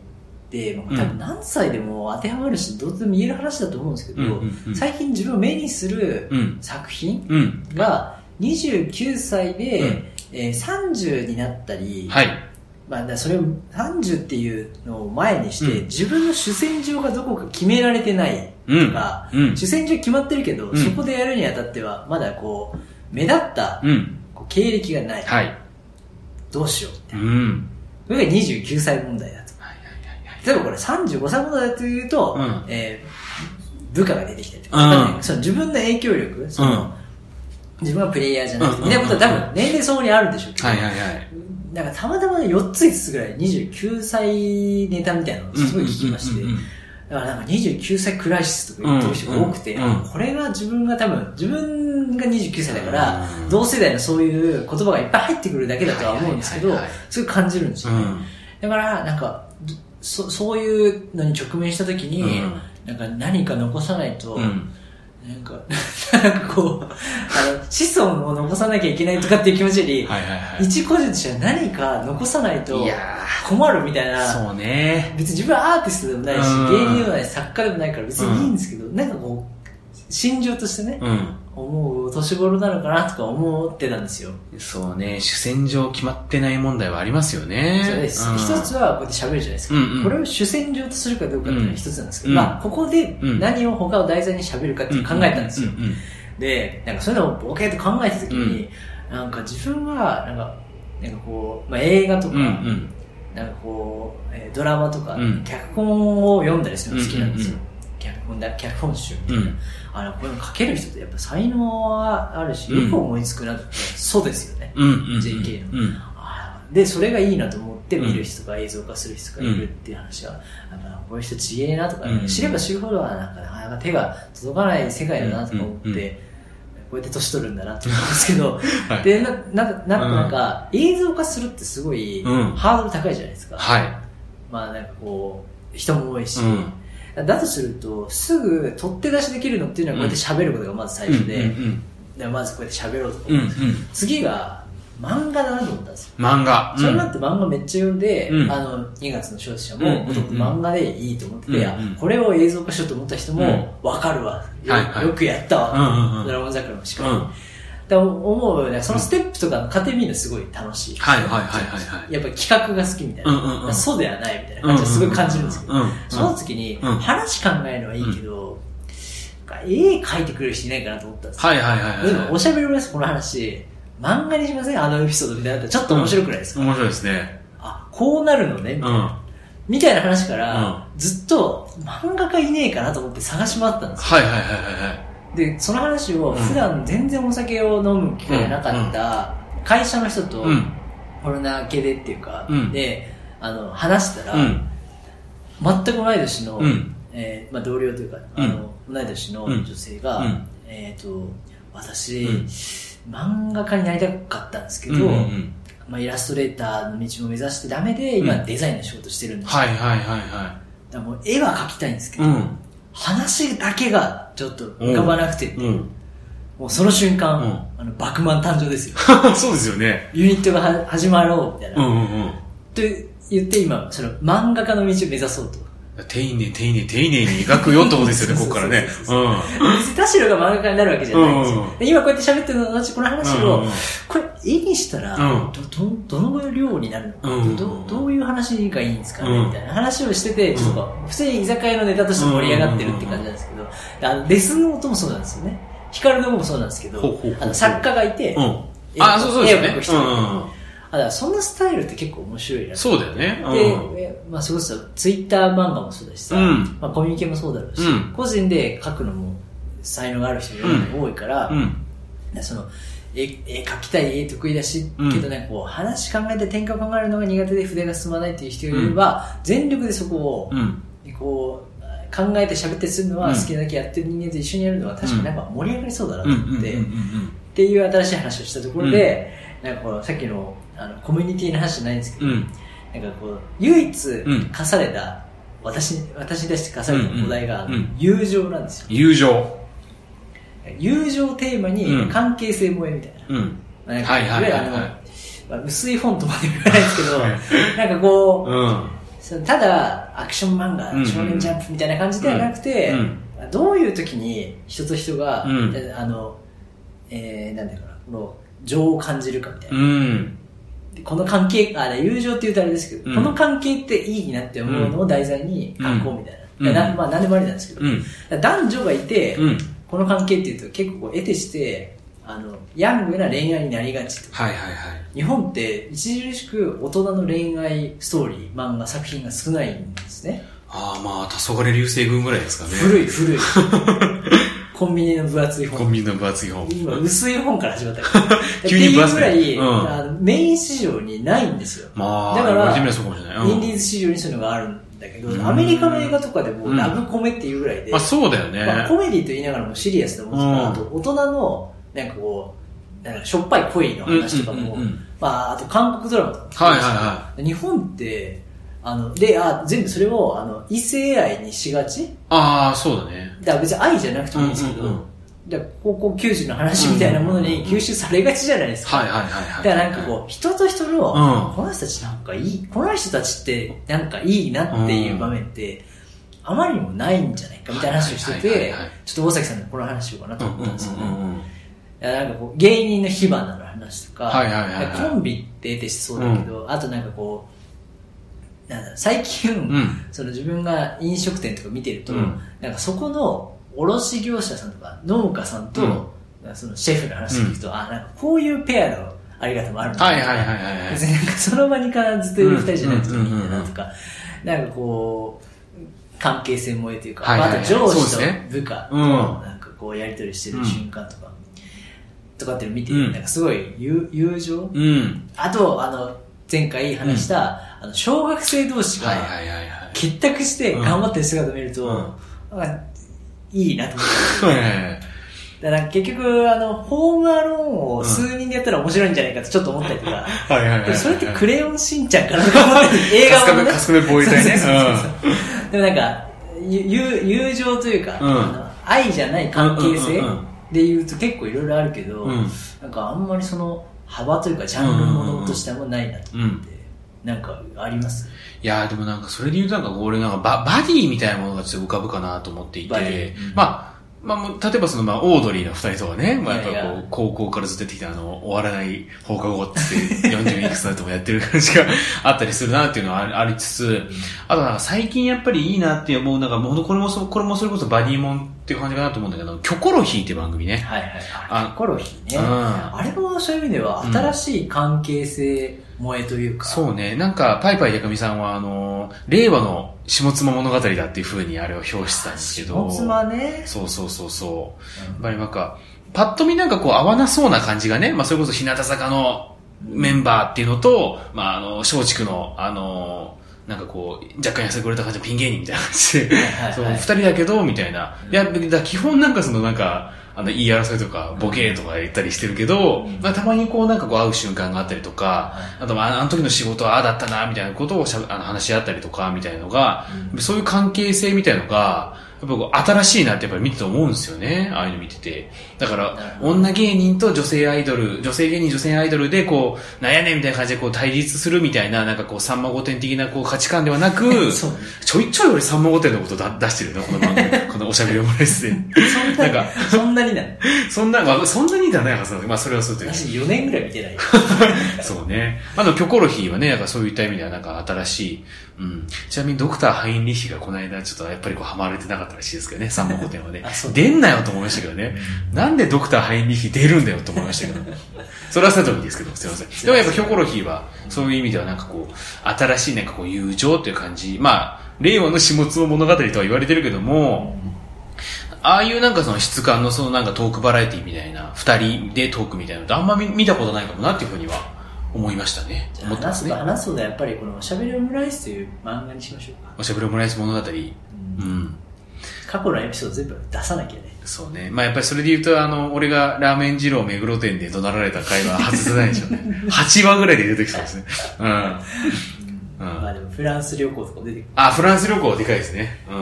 で、多分何歳でも当てはまるし、どうとでも言える話だと思うんですけど、うんうんうん、最近自分を目にする作品がにじゅうきゅうさいで、うんえー、さんじゅうになったり、はいまあ、それをさんじゅうっていうのを前にして、うん、自分の主戦場がどこか決められてないとか、うんうん、主戦場決まってるけど、うん、そこでやるにあたってはまだこう目立った、うん、こう経歴がない、はい、どうしようみたいな、うん、それがにじゅうきゅうさい問題だと、はいはいはい、例えばこれさんじゅうごさい問題だというと、うんえー、部下が出てきたりとか、うん、その自分の影響力その、うん、自分はプレイヤーじゃなくて、みたいなことは多分年齢層にあるんでしょうけど、はいはいはい、なんかたまたまよっついつつぐらいにじゅうきゅうさいネタみたいなのをすごい聞きまして、だからなんかにじゅうきゅうさいクライシスとか言ってる人が多くて、うんうん、これが自分が多分、自分がにじゅうきゅうさいだから、うん、同世代のそういう言葉がいっぱい入ってくるだけだとは思うんですけど、すごい感じるんですよね。うん、だからなんかそ、そういうのに直面した時に、うん、なんか何か残さないと、うんなんか、なんかこう、あの、子孫を残さなきゃいけないとかっていう気持ちより、はいはいはい、一個人としては何か残さないと困るみたいな。そうね。別に自分はアーティストでもないし、芸人でもないし、作家でもないから別にいいんですけど、うん、なんかこう、心情としてね、うん、思う年頃なのかなとか思ってたんですよ。 そうね、主戦場決まってない問題はありますよね。 そうです。うん、一つはこうやって喋るじゃないですか、うんうん。これを主戦場とするかどうかっていうのは一つなんですけど、うん、まあここで何を他を題材に喋るかっていう考えたんですよ。うんうんうんうん、で、なんかそういうのをボケーと考えたときに、うん、なんか自分はなんかなんかこう、まあ、映画とか、うんうん、なんかこう、えー、ドラマとか、うん、脚本を読んだりするの好きなんですよ。うんうんうん脚本だ脚本集みたいな、うん、あのこういうの書ける人ってやっぱ才能はあるし、うん、よく思いつくなってそうですよね、うんうんうん、ジェイケー の、うん、あでそれがいいなと思って見る人とか映像化する人がいるっていう話は、やっぱこういう人ちげえなとか、ねうん、知れば知るほどはなんかなかなか手が届かない世界だなとか思って、うんうんうん、こうやって年取るんだなと思うんですけど、はい、でななななんか、うん、映像化するってすごい、うん、ハードル高いじゃないですか、はい、まあなんかこう人も多いし、うんだとすると、すぐ取って出しできるのっていうのはこうやって喋ることがまず最初で、うんうんうん、まずこうやって喋ろうと思うんですけど、うんうん、次が漫画だなと思ったんですよ。 漫画。 それになって漫画めっちゃ読んで、うん、あの、にがつの勝者も、ほとんど漫画でいいと思ってて、うんうん、これを映像化しようと思った人も、わかるわ、うんよはいはい。よくやったわ、うんうん、ドラゴン桜もしっかり。うんだ思うね、そのステップとかの過程見るのすごい楽しい。はいはいはいはい。やっぱり企画が好きみたいな。うんうんうん、そうではないみたいな感じがすごい感じるんですけど、うんうんうん、その時に話考えるのはいいけど、うん、絵描いてくれる人いないかなと思ったんですよ。はいはいはい、はい。でもおしゃべりです、この話。漫画にしませんあのエピソードみたいなのちょっと面白くないですか、 うん、面白いですね。 あ、こうなるのねみたいな。うんみたいな話から、うん、ずっと漫画家いねえかなと思って探し回ったんですよ。はいはいはいはい。で、その話を普段全然お酒を飲む機会がなかった会社の人とコロナ明けでっていうか、うん、で、あの、話したら、うん、全く同い年の、うんえーまあ、同僚というか、うん、あの同い年の女性が、うんえーと、私、うん、漫画家になりたかったんですけど、うんうんまあ、イラストレーターの道も目指してダメで、今デザインの仕事してるんですよ。はいはいはいはい。だからもう絵は描きたいんですけど、うん話だけがちょっと浮かばなくて、うん、もうその瞬間、うん、あのバクマン誕生ですよ。 そうですよね。 ユニットがは始まろうみたいな、うんうんうん、と言って今その漫画家の道を目指そうと。 丁寧丁寧丁寧に描くよってことですよねここからね。 田代が漫画家になるわけじゃないんですよ。うん、今こうやって喋ってるのと同じこの話を、うん、これ絵にしたら、うん、ど, ど, どのぐらい量になるのか、うん、ど, どういう話がいいんですかね、うん、みたいな話をしてて、ちょっと普通に居酒屋のネタとして盛り上がってるって感じなんですけど、あのレスの音もそうなんですよね。光の音もそうなんですけど、ほうほうほうあの作家がいて、うん、絵を描く人がいて、だからそんなスタイルって結構面白いな。 そうだよね。 で、まあそれこそツイッター漫画もそうだしさ、うん、まあコミュニケもそうだろうし、うん、個人で書くのも才能がある人が多いから、うん、その絵絵描きたい絵得意だし、うん、けどねこう話考えて展開を考えるのが苦手で筆が進まないっていう人よりは、うん、全力でそこを、うん、こう考えて喋ってするのは好きなだけやってる人間と一緒にやるのは確かになんか盛り上がりそうだなと思って、っていう新しい話をしたところで、うん、なんかこうさっきのあのコミュニティの話じゃないんですけど、うん、なんかこう唯一課された、うん、私私に対して課されたお題が、うんうん、友情なんですよ。 友情友情をテーマに関係性萌えみたいな、うんまあ、なんかいわゆるあの、まあ、薄いフォントまで言わないですけどなんかこう、うん、 そのただアクション漫画、うんうん、少年ジャンプみたいな感じではなくて、うんうん、どういう時に人と人が、うん、あの、えー、なんだろうな、この情を感じるかみたいな。うん、この関係、あ、友情って言うとあれですけど、うん、この関係っていいなって思うのを題材に書こうみたいな。うん、なまあ何でもありなんですけど、うん、男女がいて、うん、この関係っていうと結構こう得てして、あの、ヤングな恋愛になりがち。 はいはいはい。 日本って著しく大人の恋愛ストーリー、漫画作品が少ないんですね。 ああ、まあ、黄昏流星群ぐらいですかね。 古い古い。コンビニの分厚い本。 コンビニの分厚い本。 今、薄い本から始まったから。急に分厚い。っていうぐらい、うん、あのメイン市場にないんですよ。 まあ、 だから、 初めはそうかもしれない。うん、 インディーズ市場にそういうのがあるんだけど、アメリカの映画とかでもラブコメっていうぐらいで。 うん、あ、そうだよね、 まあ。コメディと言いながらもシリアスなものとか、大人の、なんかこう、なんかしょっぱい恋の話とかも、うんうんうんうん、まあ、あと韓国ドラマとか、 はいはいはい、 日本って、あの、で、あ、全部それを、あの、異性愛にしがち。 ああ、そうだね。 だから別に愛じゃなくてもいいんですけど、うんうんうん、だから高校球児の話みたいなものに吸収されがちじゃないですか。 はいはいはいはい。 だからなんかこう、人と人の、うん、この人たちなんかいい、この人たちってなんかいいなっていう場面って、あまりにもないんじゃないかみたいな話をしてて、ちょっと大崎さんにこの話しようかなと思ったんですよね。うんうんうんうん、なんかこう芸人の火花の話とか、はいはいはいはい、コンビって得てしてそうだけど、うん、あとなんかこう、なんだ最近、うん、その自分が飲食店とか見てると、うん、なんかそこの卸業者さんとか農家さんと、うん、そのシェフの話を聞くと、うん、あ、なんかこういうペアのあり方もあるんだ、 はいはいはいはい、 別になんかその場にからずっといる二人じゃなくてもいいんだなとか、なんかこう関係性萌えというか、はいはいはい、あと上司と部下となんかこうやり取りしてる瞬間とか、うん、とかっていうのを見て、うん、なんかすごい友友情、うん、あとあの前回話した、うん、あの小学生同士が結託して頑張ってる姿を見ると、うん、なんかいいなと思って、だから結局あのホームアローンを数人でやったら面白いんじゃないかってちょっと思ったりとか、はいはいはいはい、それってクレヨンしんちゃんかなと思って映画をね、 カスカベボーイ隊ね、 でもなんか友友情というか、うん、あの愛じゃない関係性で言うと結構いろいろあるけど、うん、なんかあんまりその幅というかジャンルものとしてはないなと思って、うん、なんかあります？ いやーでもなんかそれで言うとなんか俺なんか バ, バディみたいなものがちょっと浮かぶかなと思っていて、うん、まあまあ、例えばその、まあ、オードリーの二人とかね、まあ、やっぱこう、いやいや高校からずっと出てきたあの、終わらない放課後ってよんじゅういくつだともやってる感じがあったりするなっていうのはありつつ、あとなんか最近やっぱりいいなって思う、なんかもうこれもそ、これもそれこそバディモンっていう感じかなと思うんだけど、キョコロヒーって番組ね。 はいはいはい。あ、キョコロヒーね。うん、あれもそういう意味では新しい関係性萌えというか。 そうね。なんか、パイパイデカミさんはあの、令和の下妻物語だっていう風にあれを表してたんですけど。 下妻ね。 そうそうそうそう。うん、やっぱりなんか、パッと見なんかこう合わなそうな感じがね、まあそれこそ日向坂のメンバーっていうのと、うん、まああの、松竹のあの、なんかこう、若干痩せくれた感じのピン芸人みたいな感じで、はいはいはい、そう、二人だけど、みたいな。いや、だ基本なんかそのなんか、あの、言い争いとか、ボケーとか言ったりしてるけど、うん、まあ、たまにこうなんかこう会う瞬間があったりとか、うん、あとまあ、あの時の仕事はああだったな、みたいなことをしゃあの話し合ったりとか、みたいなのが、うん、そういう関係性みたいなのが、やっぱこう新しいなってやっぱり見てて思うんですよね。ああいうの見てて。だから、女芸人と女性アイドル、女性芸人女性アイドルでこう、なんやねんみたいな感じでこう対立するみたいな、なんかこう、さんま御殿的なこう価値観ではなく、ちょいちょい俺さんま御殿のことだ出してるよね、この番組。このおしゃべりオムライスで。 そんなに、なんかそんなになのそんな、まあ、そんなにじゃないはずなので、まあそれはそうという。 私よねんぐらい見てないよ。 そうね。あの、キョコロヒーはね、なんかそういった意味ではなんか新しい、うん。ちなみにドクターハインリッヒがこの間ちょっとやっぱりこうハマれてなかったらしいですけどね、さんま御殿はね。出んなよと思いましたけどね。なんでドクターハインリッヒ出るんだよと思いましたけど。それはさておきですけど、すいません。でもやっぱキョコロヒーは、そういう意味ではなんかこう、新しいなんかこう友情という感じ。まあ、令和の下妻物語とは言われてるけども、ああいうなんかその質感のそのなんかトークバラエティみたいな、二人でトークみたいなのってあんま見たことないかもなっていうふうには思いましたね。 思ってますね。話すとやっぱりこのおしゃべりオムライスという漫画にしましょうか。 おしゃべりオムライス物語。うん。うん、 過去のエピソード全部出さなきゃね。 そうね。まあやっぱりそれで言うと、あの、俺がラーメン二郎目黒店で怒鳴られた回は外せないでしょうね。はちわぐらいで出てきそうですね。うん。うん。 まあでもフランス旅行とか出てくる。 あ、フランス旅行はでかいですね。うん。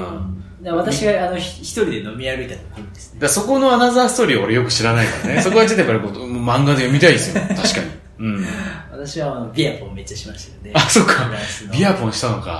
で私があの一人で飲み歩いたところですね。 だそこのアナザーストーリーを俺よく知らないからね。そこはちょっとやっぱりこう漫画で読みたいですよ。確かに。うん。 私はあのビアポンめっちゃしましたよね。 あ、そっか。ビアポンしたのか。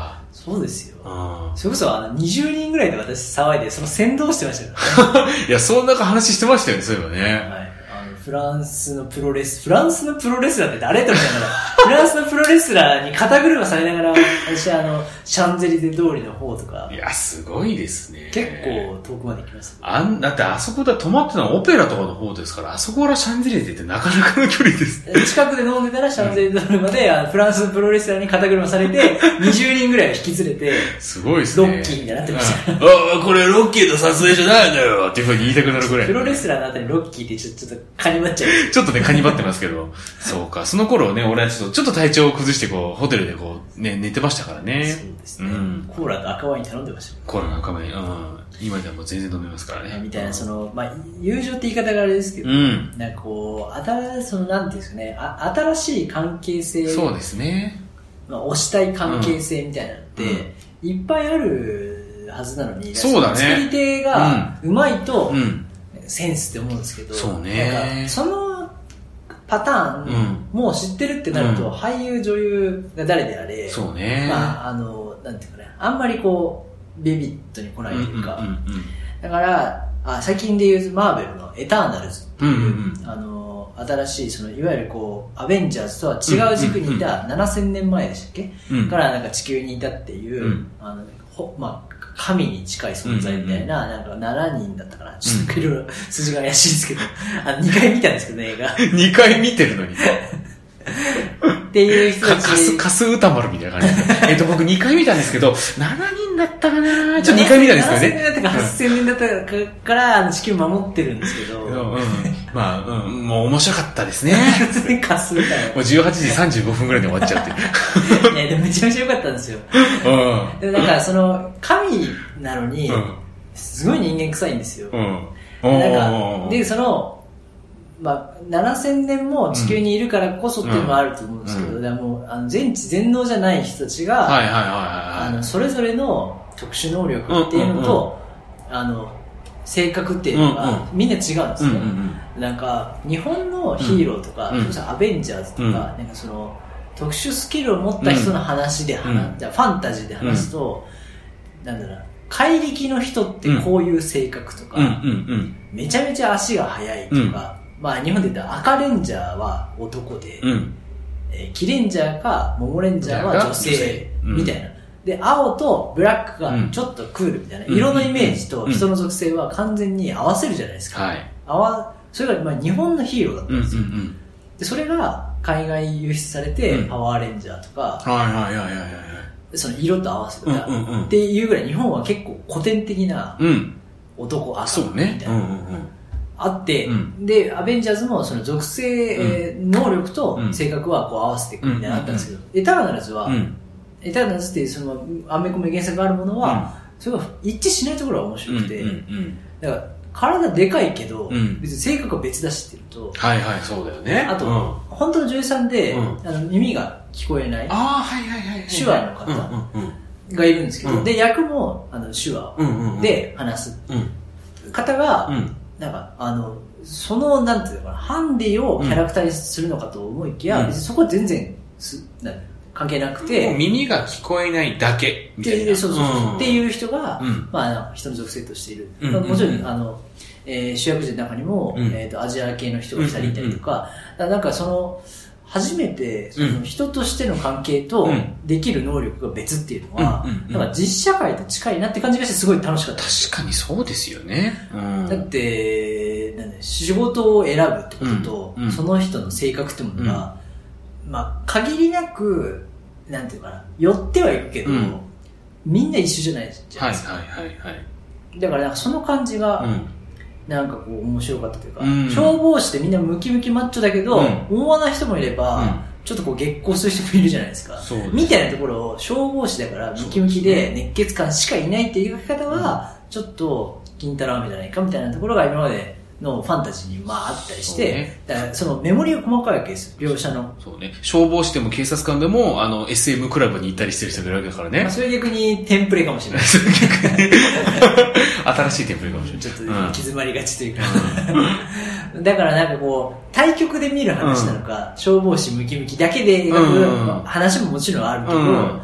そうですよ。それこそあのにじゅうにんぐらいで私騒いで、その先導してましたよ、 ね。いや、そんな話してましたよね、そういえばね。はい。 あの、フランスのプロレス、フランスのプロレスラーって誰と思いながら、フランスのプロレスラーに肩車されながら、私あの、シャンゼリゼ通りの方とか。 いや、すごいですね。 結構遠くまで行きます、ね。 あん、だってあそこで泊まってたのはオペラとかの方ですから、あそこからシャンゼリゼってなかなかの距離です。 近くで飲んでたらシャンゼリゼ通りまで、あのフランスのプロレスラーに肩車されて、にじゅうにんぐらいを引き連れて、 すごいですね。 ロッキーみたいになってました。ああ、これロッキーの撮影じゃないのよっていう風に言いたくなるぐらい。 プロレスラーのあたりロッキーってちょっと、ちょっとカニバっちゃう。 ちょっとね、カニバってますけど。そうか。その頃ね、俺はちょっと、ちょっと体調を崩してこう、ホテルでこう、ね、寝てましたからね。 そうですね。うん、コーラと赤ワイン頼んでました。 コーラの赤ワイン、うん。今ではもう全然飲めますからね。 みたいな、その、まあ、友情って言い方があれですけど、うん、なんかこう、新しい、その、なんていうんですかね、あ新しい関係性。 そうですね。 まあ、推したい関係性みたいなのって、うん、いっぱいあるはずなのに、 そうだね。 作り手がうまいと、うん、センスって思うんですけど、 そうね。 なんかそのパターンもう知ってるってなると、うん、俳優女優が誰であれ、 そうね。 まあ、あの、なんていうかね、あんまりこう、ビビッとに来ないというか、うんうんうんうん、だから、あ、最近で言うマーベルのエターナルズっていう、うんうんうん、あの、新しい、その、いわゆるこう、アベンジャーズとは違う軸にいたななせんねんまえでしたっけ、うんうん、からなんか地球にいたっていう、うん、あの、ほ、まあ、神に近い存在みたいな、うんうんうん、なんかななにんだったかな。ちょっといろいろ数字が怪しいんですけど、あの、にかい見たんですけどね、映画。 にかい見てるのに。 っていう人たち。 かす、かす歌丸みたいな感じで。えっと、僕にかい見たんですけど、しちにんだったかなちょっとにかい見たんですけどね。 ななせんにんだったかはっせんにんだったから、あの、地球守ってるんですけど。 うんうん、まあ、うん、もう面白かったですね。 かす歌丸。 もうじゅうはちじさんじゅうごふんぐらいで終わっちゃって。 いや、でもめちゃめちゃ良かったんですよ。うん。で、なんか、その、神なのに、すごい人間臭いんですよ。うん。なんか、で、その、まあ、ななせんねんも地球にいるからこそっていうのもあると思うんですけど、うん、でもあの全知全能じゃない人たちが、はいはいはいはい、あのそれぞれの特殊能力っていうのと、うんうんうん、あの性格っていうのが、うんうん、みんな違うんですね、うんうんうん、なんか日本のヒーローとか、うん、アベンジャーズとか、うん、なんかその特殊スキルを持った人の話で話、うん、じゃファンタジーで話すと、うん、なんだろう、怪力の人ってこういう性格とか、うんうんうん、めちゃめちゃ足が速いとか、うん、まあ日本で言ったら赤レンジャーは男で、うん、えー、キレンジャーかモモレンジャーは女性みたいな、うん、で青とブラックがちょっとクールみたいな、うん、色のイメージと人の属性は完全に合わせるじゃないですか、うん、合わそれがまあ日本のヒーローだったんですよ、うんうんうん、でそれが海外輸出されて、うん、パワーレンジャーとか、はいはいはいはいはい、その色と合わせてた、うんうんうん、っていうぐらい日本は結構古典的な男赤みたいな、うんね、うんうんうん、あって、うん、で、アベンジャーズもその属性、うん、能力と性格はこう合わせていくみたいなのあったんですけど、うん、エターナルズは、うん、エターナルズっていうそのアメコミ原作があるものは、うん、それが一致しないところが面白くて、うんうんうん、だから体でかいけど、うん、別に性格は別だしっていうと、 はいはい、そうだよね。 あと、うん、本当の女優さんで、うん、あの耳が聞こえない、 あ、はいはいはいはい、 手話の方がいるんですけど、うん、で、役もあの手話で話す方が、うんうんうん、なんか、あの、その、なんていうのかな、ハンディをキャラクターにするのかと思いきや、うん、別にそこは全然すな関係なくて、 もう耳が聞こえないだけみたいな。 そうそうそう、うん、っていう人が、うん、まあ、人の属性としている。うんまあ、もちろん、あの、えー、主役陣の中にも、うん、えっ、ー、と、アジア系の人がふたりいたりとか、うん、なんかその、初めて、その人としての関係と、できる能力が別っていうのは、うん、なんか実社会と近いなって感じがしてすごい楽しかった。 確かにそうですよね。 うん、だって、なんだ仕事を選ぶってことと、うんうん、その人の性格ってものが、うん、まあ、限りなく、なんていうかな、寄ってはいるけど、うん、みんな一緒じゃないじゃないですか。はいはいはいはい。だからなんかその感じが、うんなんかこう面白かったというか、うん、消防士ってみんなムキムキマッチョだけど、うん、大穴な人もいれば、うん、ちょっとこう月光する人もいるじゃないですか。そうみたいなところを消防士だからムキムキで熱血感しかいないっていう書き方は、ちょっと金太郎飴じゃないかみたいなところが今までのファンタジーにまああったりして、ね、だからそのメモリが細かいわけですよ、描写の。 そうね。消防士でも警察官でも、あの、エスエム クラブに行ったりしてる人がいるわけだからね。まあ、 それ逆にテンプレかもしれない。 新しいテンプレかもしれない。 ちょっと行き詰まりがちというか。うん、だからなんかこう、対局で見る話なのか、うん、消防士ムキムキだけで描く話ももちろんあるけど、うん、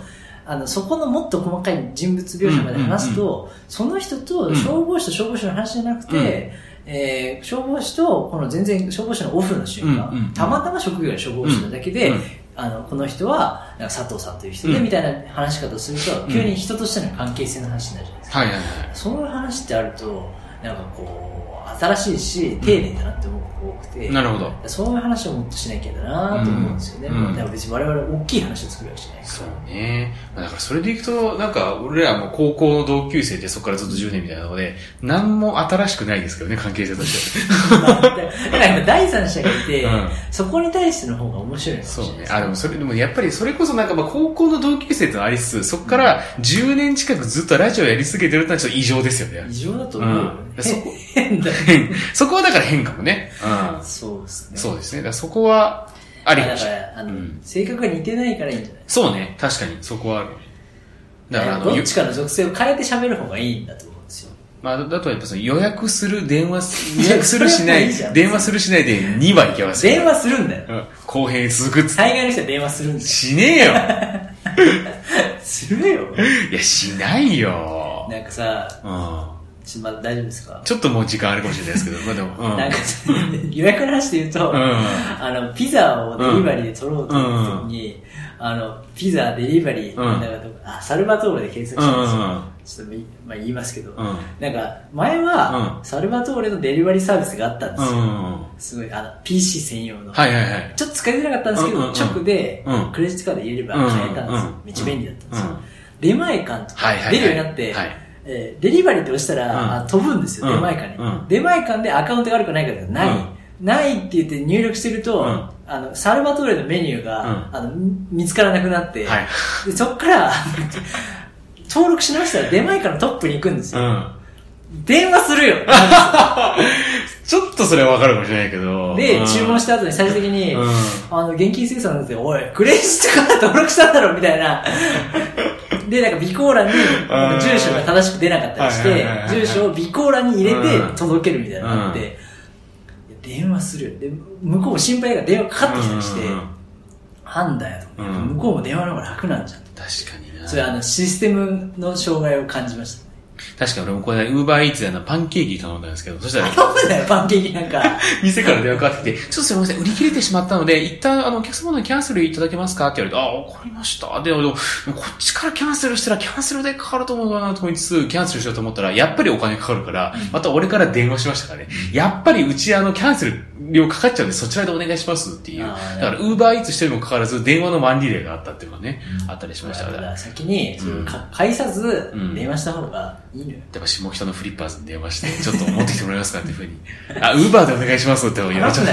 あの、そこのもっと細かい人物描写まで話すと、うんうんうん、その人と消防士と消防士の話じゃなくて、うんえー、消防士とこの全然消防士のオフの瞬間、うんうんうん、たまたま職業が消防士なだけで、うんうん、あのこの人はなんか佐藤さんという人で、うん、みたいな話し方をすると、うん、急に人としての関係性の話になるじゃないですか、 はいはいはい、 そういう話ってあるとなんかこう新しいし丁寧だなって思うことが多くて、 うん、なるほど、 そういう話をもっとしなきゃだなと思うんですよね、うんうん、だから別に我々大きい話を作るわけじゃないから。 そうね、だからそれでいくとなんか俺らも高校の同級生でそこからずっとじゅうねんみたいなので何も新しくないですけどね、関係性としてだから第三者がいて、うん、そこに対しての方が面白いかもしれないですね。 そうね、あでもそれでもやっぱりそれこそなんかまあ高校の同級生ってのありつつ、そこからじゅうねん近くずっとラジオやり続けてるってのはちょっと異常ですよね。 異常だと思うよね、 うん、そこ変だそこはだから変かもね、 うん、そうですね、 そうですね、だからそこはありかもしれない。 だからあの、うん、性格が似てないからいいんじゃない。 そうね、確かにそこはある。 だからあのどっちかの属性を変えて喋る方がいいんだと思うんですよ。 まあ、だとやっぱその予約する、電話、予約するしない、いい電話するしないでにはいけますよ。 電話するんだよ。 うん。後編続くっつって。 大概の人は電話するんだよ。 しねえよ。 するよ。 いや、しないよ。 なんかさ、うん。ちょっとまだ大丈夫ですか？ ちょっともう時間あるかもしれないですけど、まあでも、うん、 なんか予約の話で言うと、うん、あのピザをデリバリーで取ろうと思った時に、うん、あのピザデリバリー、うん、なんかあサルバトーレで検索したんですよ。うん、ちょっとまあ言いますけど、うん、なんか前は、うん、サルバトーレのデリバリーサービスがあったんですよ。うん、すごいあの ピーシー 専用の、はいはいはい。ちょっと使いづらかったんですけど、うんうんうん、直で、うん、クレジットカード入れれば買えたんですよ。うんうん、めっちゃ便利だったんですよ。うん、出前館とか出るようになって。はいはいはい、えー、デリバリーって押したら、うん、飛ぶんですよ、出前館に、うん、出前館でアカウントがあるかないかがない、うん、ないって言って入力してると、うん、あのサルバトーレのメニューが、うん、あの見つからなくなって、はい、でそっから登録し直したら出前館のトップに行くんですよ、うん、電話するよちょっとそれは分かるかもしれないけどで、うん、注文した後に最終的に、うん、あの現金生産なんておいクレジットカード登録したんだろみたいなで、なんか備考欄に住所が正しく出なかったりして、住所を備考欄に入れて届けるみたいなのがあって、電話するよ。で、向こうも心配が電話かかってきたりして、なんだよと。向こうも電話の方が楽なんじゃん。 確かにな。 それあのシステムの障害を感じました。 確かに俺もこれ、ウーバーイーツでパンケーキ頼んだんですけど、そしたら、 頼むなよ、パンケーキなんか。 店から電話かかってきて、ちょっとすいません、売り切れてしまったので、一旦、あの、お客様のキャンセルいただけますかって言われて、あ、わかりました。で、でも、こっちからキャンセルしたら、キャンセルでかかると思うかなと思いつつ、キャンセルしようと思ったら、やっぱりお金かかるから、また俺から電話しましたからね。やっぱりうち、あの、キャンセル料かかっちゃうんで、そちらでお願いしますっていう。だから、ウーバーイーツしてるにもかかわらず、電話のワンリレーがあったっていうのがね、あったりしましたから。 先に、それか返さず、電話した方がいいのよ。 やっぱ下北のフリッパーズに電話して、ちょっと持ってきてもらえますかっていうふうに。あ、ウーバーでお願いしますって言われちゃった。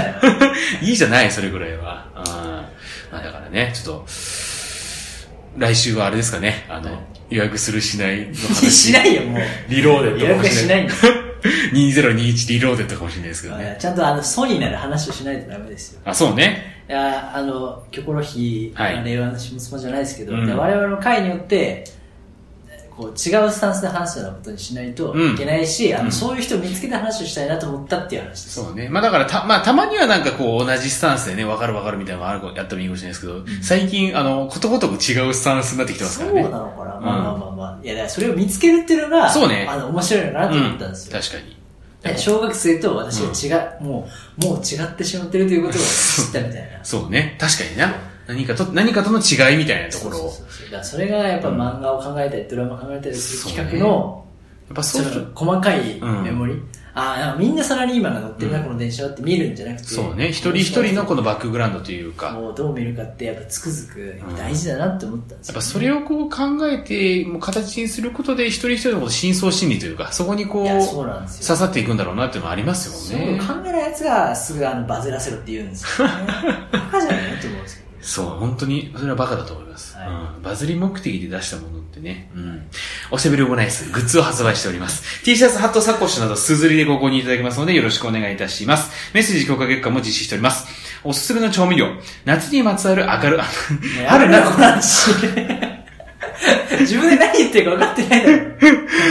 いいじゃない、それぐらいは。あまあだからね、ちょっと、来週はあれですかね、あの、予約するしないの話。 しないよ、もう。 リローデット予約しないんだ。 にせんにじゅういちリローデットかもしれないですけどね。 ちゃんとあの、ソになる話をしないとダメですよ。 あ、そうね。 いや、あの、キョコロヒー、はい、令和の下妻じゃないですけど、うん、我々の会によって、こう違うスタンスで話すようなことにしないといけないし、うん、あの、うん、そういう人を見つけて話をしたいなと思ったっていう話です。 そうね。まあだからた、まあたまにはなんかこう同じスタンスでね、わかるわかるみたいなのがあるやってもいいかもしれないですけど、うん、最近あの、ことごとく違うスタンスになってきてますからね。 そうなのかな、まあまあまあまあ。いや、だからそれを見つけるっていうのが、そうね。あの、面白いのかなと思ったんですよ。 うん、確かに。 小学生と私が違う、うん、もう、もう違ってしまってるということを知ったみたいな。 そうね。確かにな。何かと、何かとの違いみたいなところを。 そうそうそう。だからそれがやっぱ漫画を考えたり、うん、ドラマを考えたりする企画の、やっぱそういう細かいメモリ。うん、ああ、みんなサラリーマンが乗ってるな、うん、この電車はって見るんじゃなくて。 そうね。一人一人のこのバックグラウンドというか。 もうどう見るかってやっぱつくづく大事だなって思ったんですよ、ね。 やっぱそれをこう考えて、もう形にすることで一人一人の深層心理というか、そこにこう、 そうなんですよ刺さっていくんだろうなっていうのもありますよね。 そう考えるやつがすぐあのバズらせろって言うんですよね。バカじゃないと思うんですけど。 そう、本当に、それはバカだと思います。はいうん、バズり目的で出したものってね、うん。おしゃべりオーガナイス、グッズを発売しております。T シャツ、ハット、サコッシュなど、すずりでご購入いただけますので、よろしくお願いいたします。メッセージ強化月間も実施しております。おすすめの調味料、夏にまつわる明る、 あるな、この話。自分で何言ってるか分かってないだろ。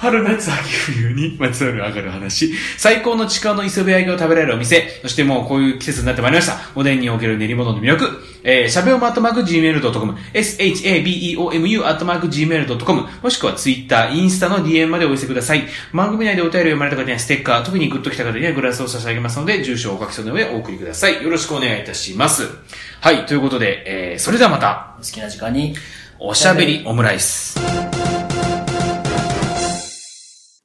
春夏秋冬にまつわる上がる話、最高のちくわの磯辺揚げを食べられるお店、そしてもうこういう季節になってまいりました。おでんにおける練り物の魅力、えー、しゃべおまアットマーク ジーメールドットコム、エスエイチエービーイーオーエムユー アットマーク ジーメールドットコム、もしくはツイッター、インスタの ディーエム までお寄せください。番組内でお便りを読まれた方にはステッカー、特にグッときた方にはグラスを差し上げますので、住所をお書き添えの上お送りください。よろしくお願いいたします。はい、ということで、えー、それではまた、 お好きな時間に、 おしゃべりオムライス。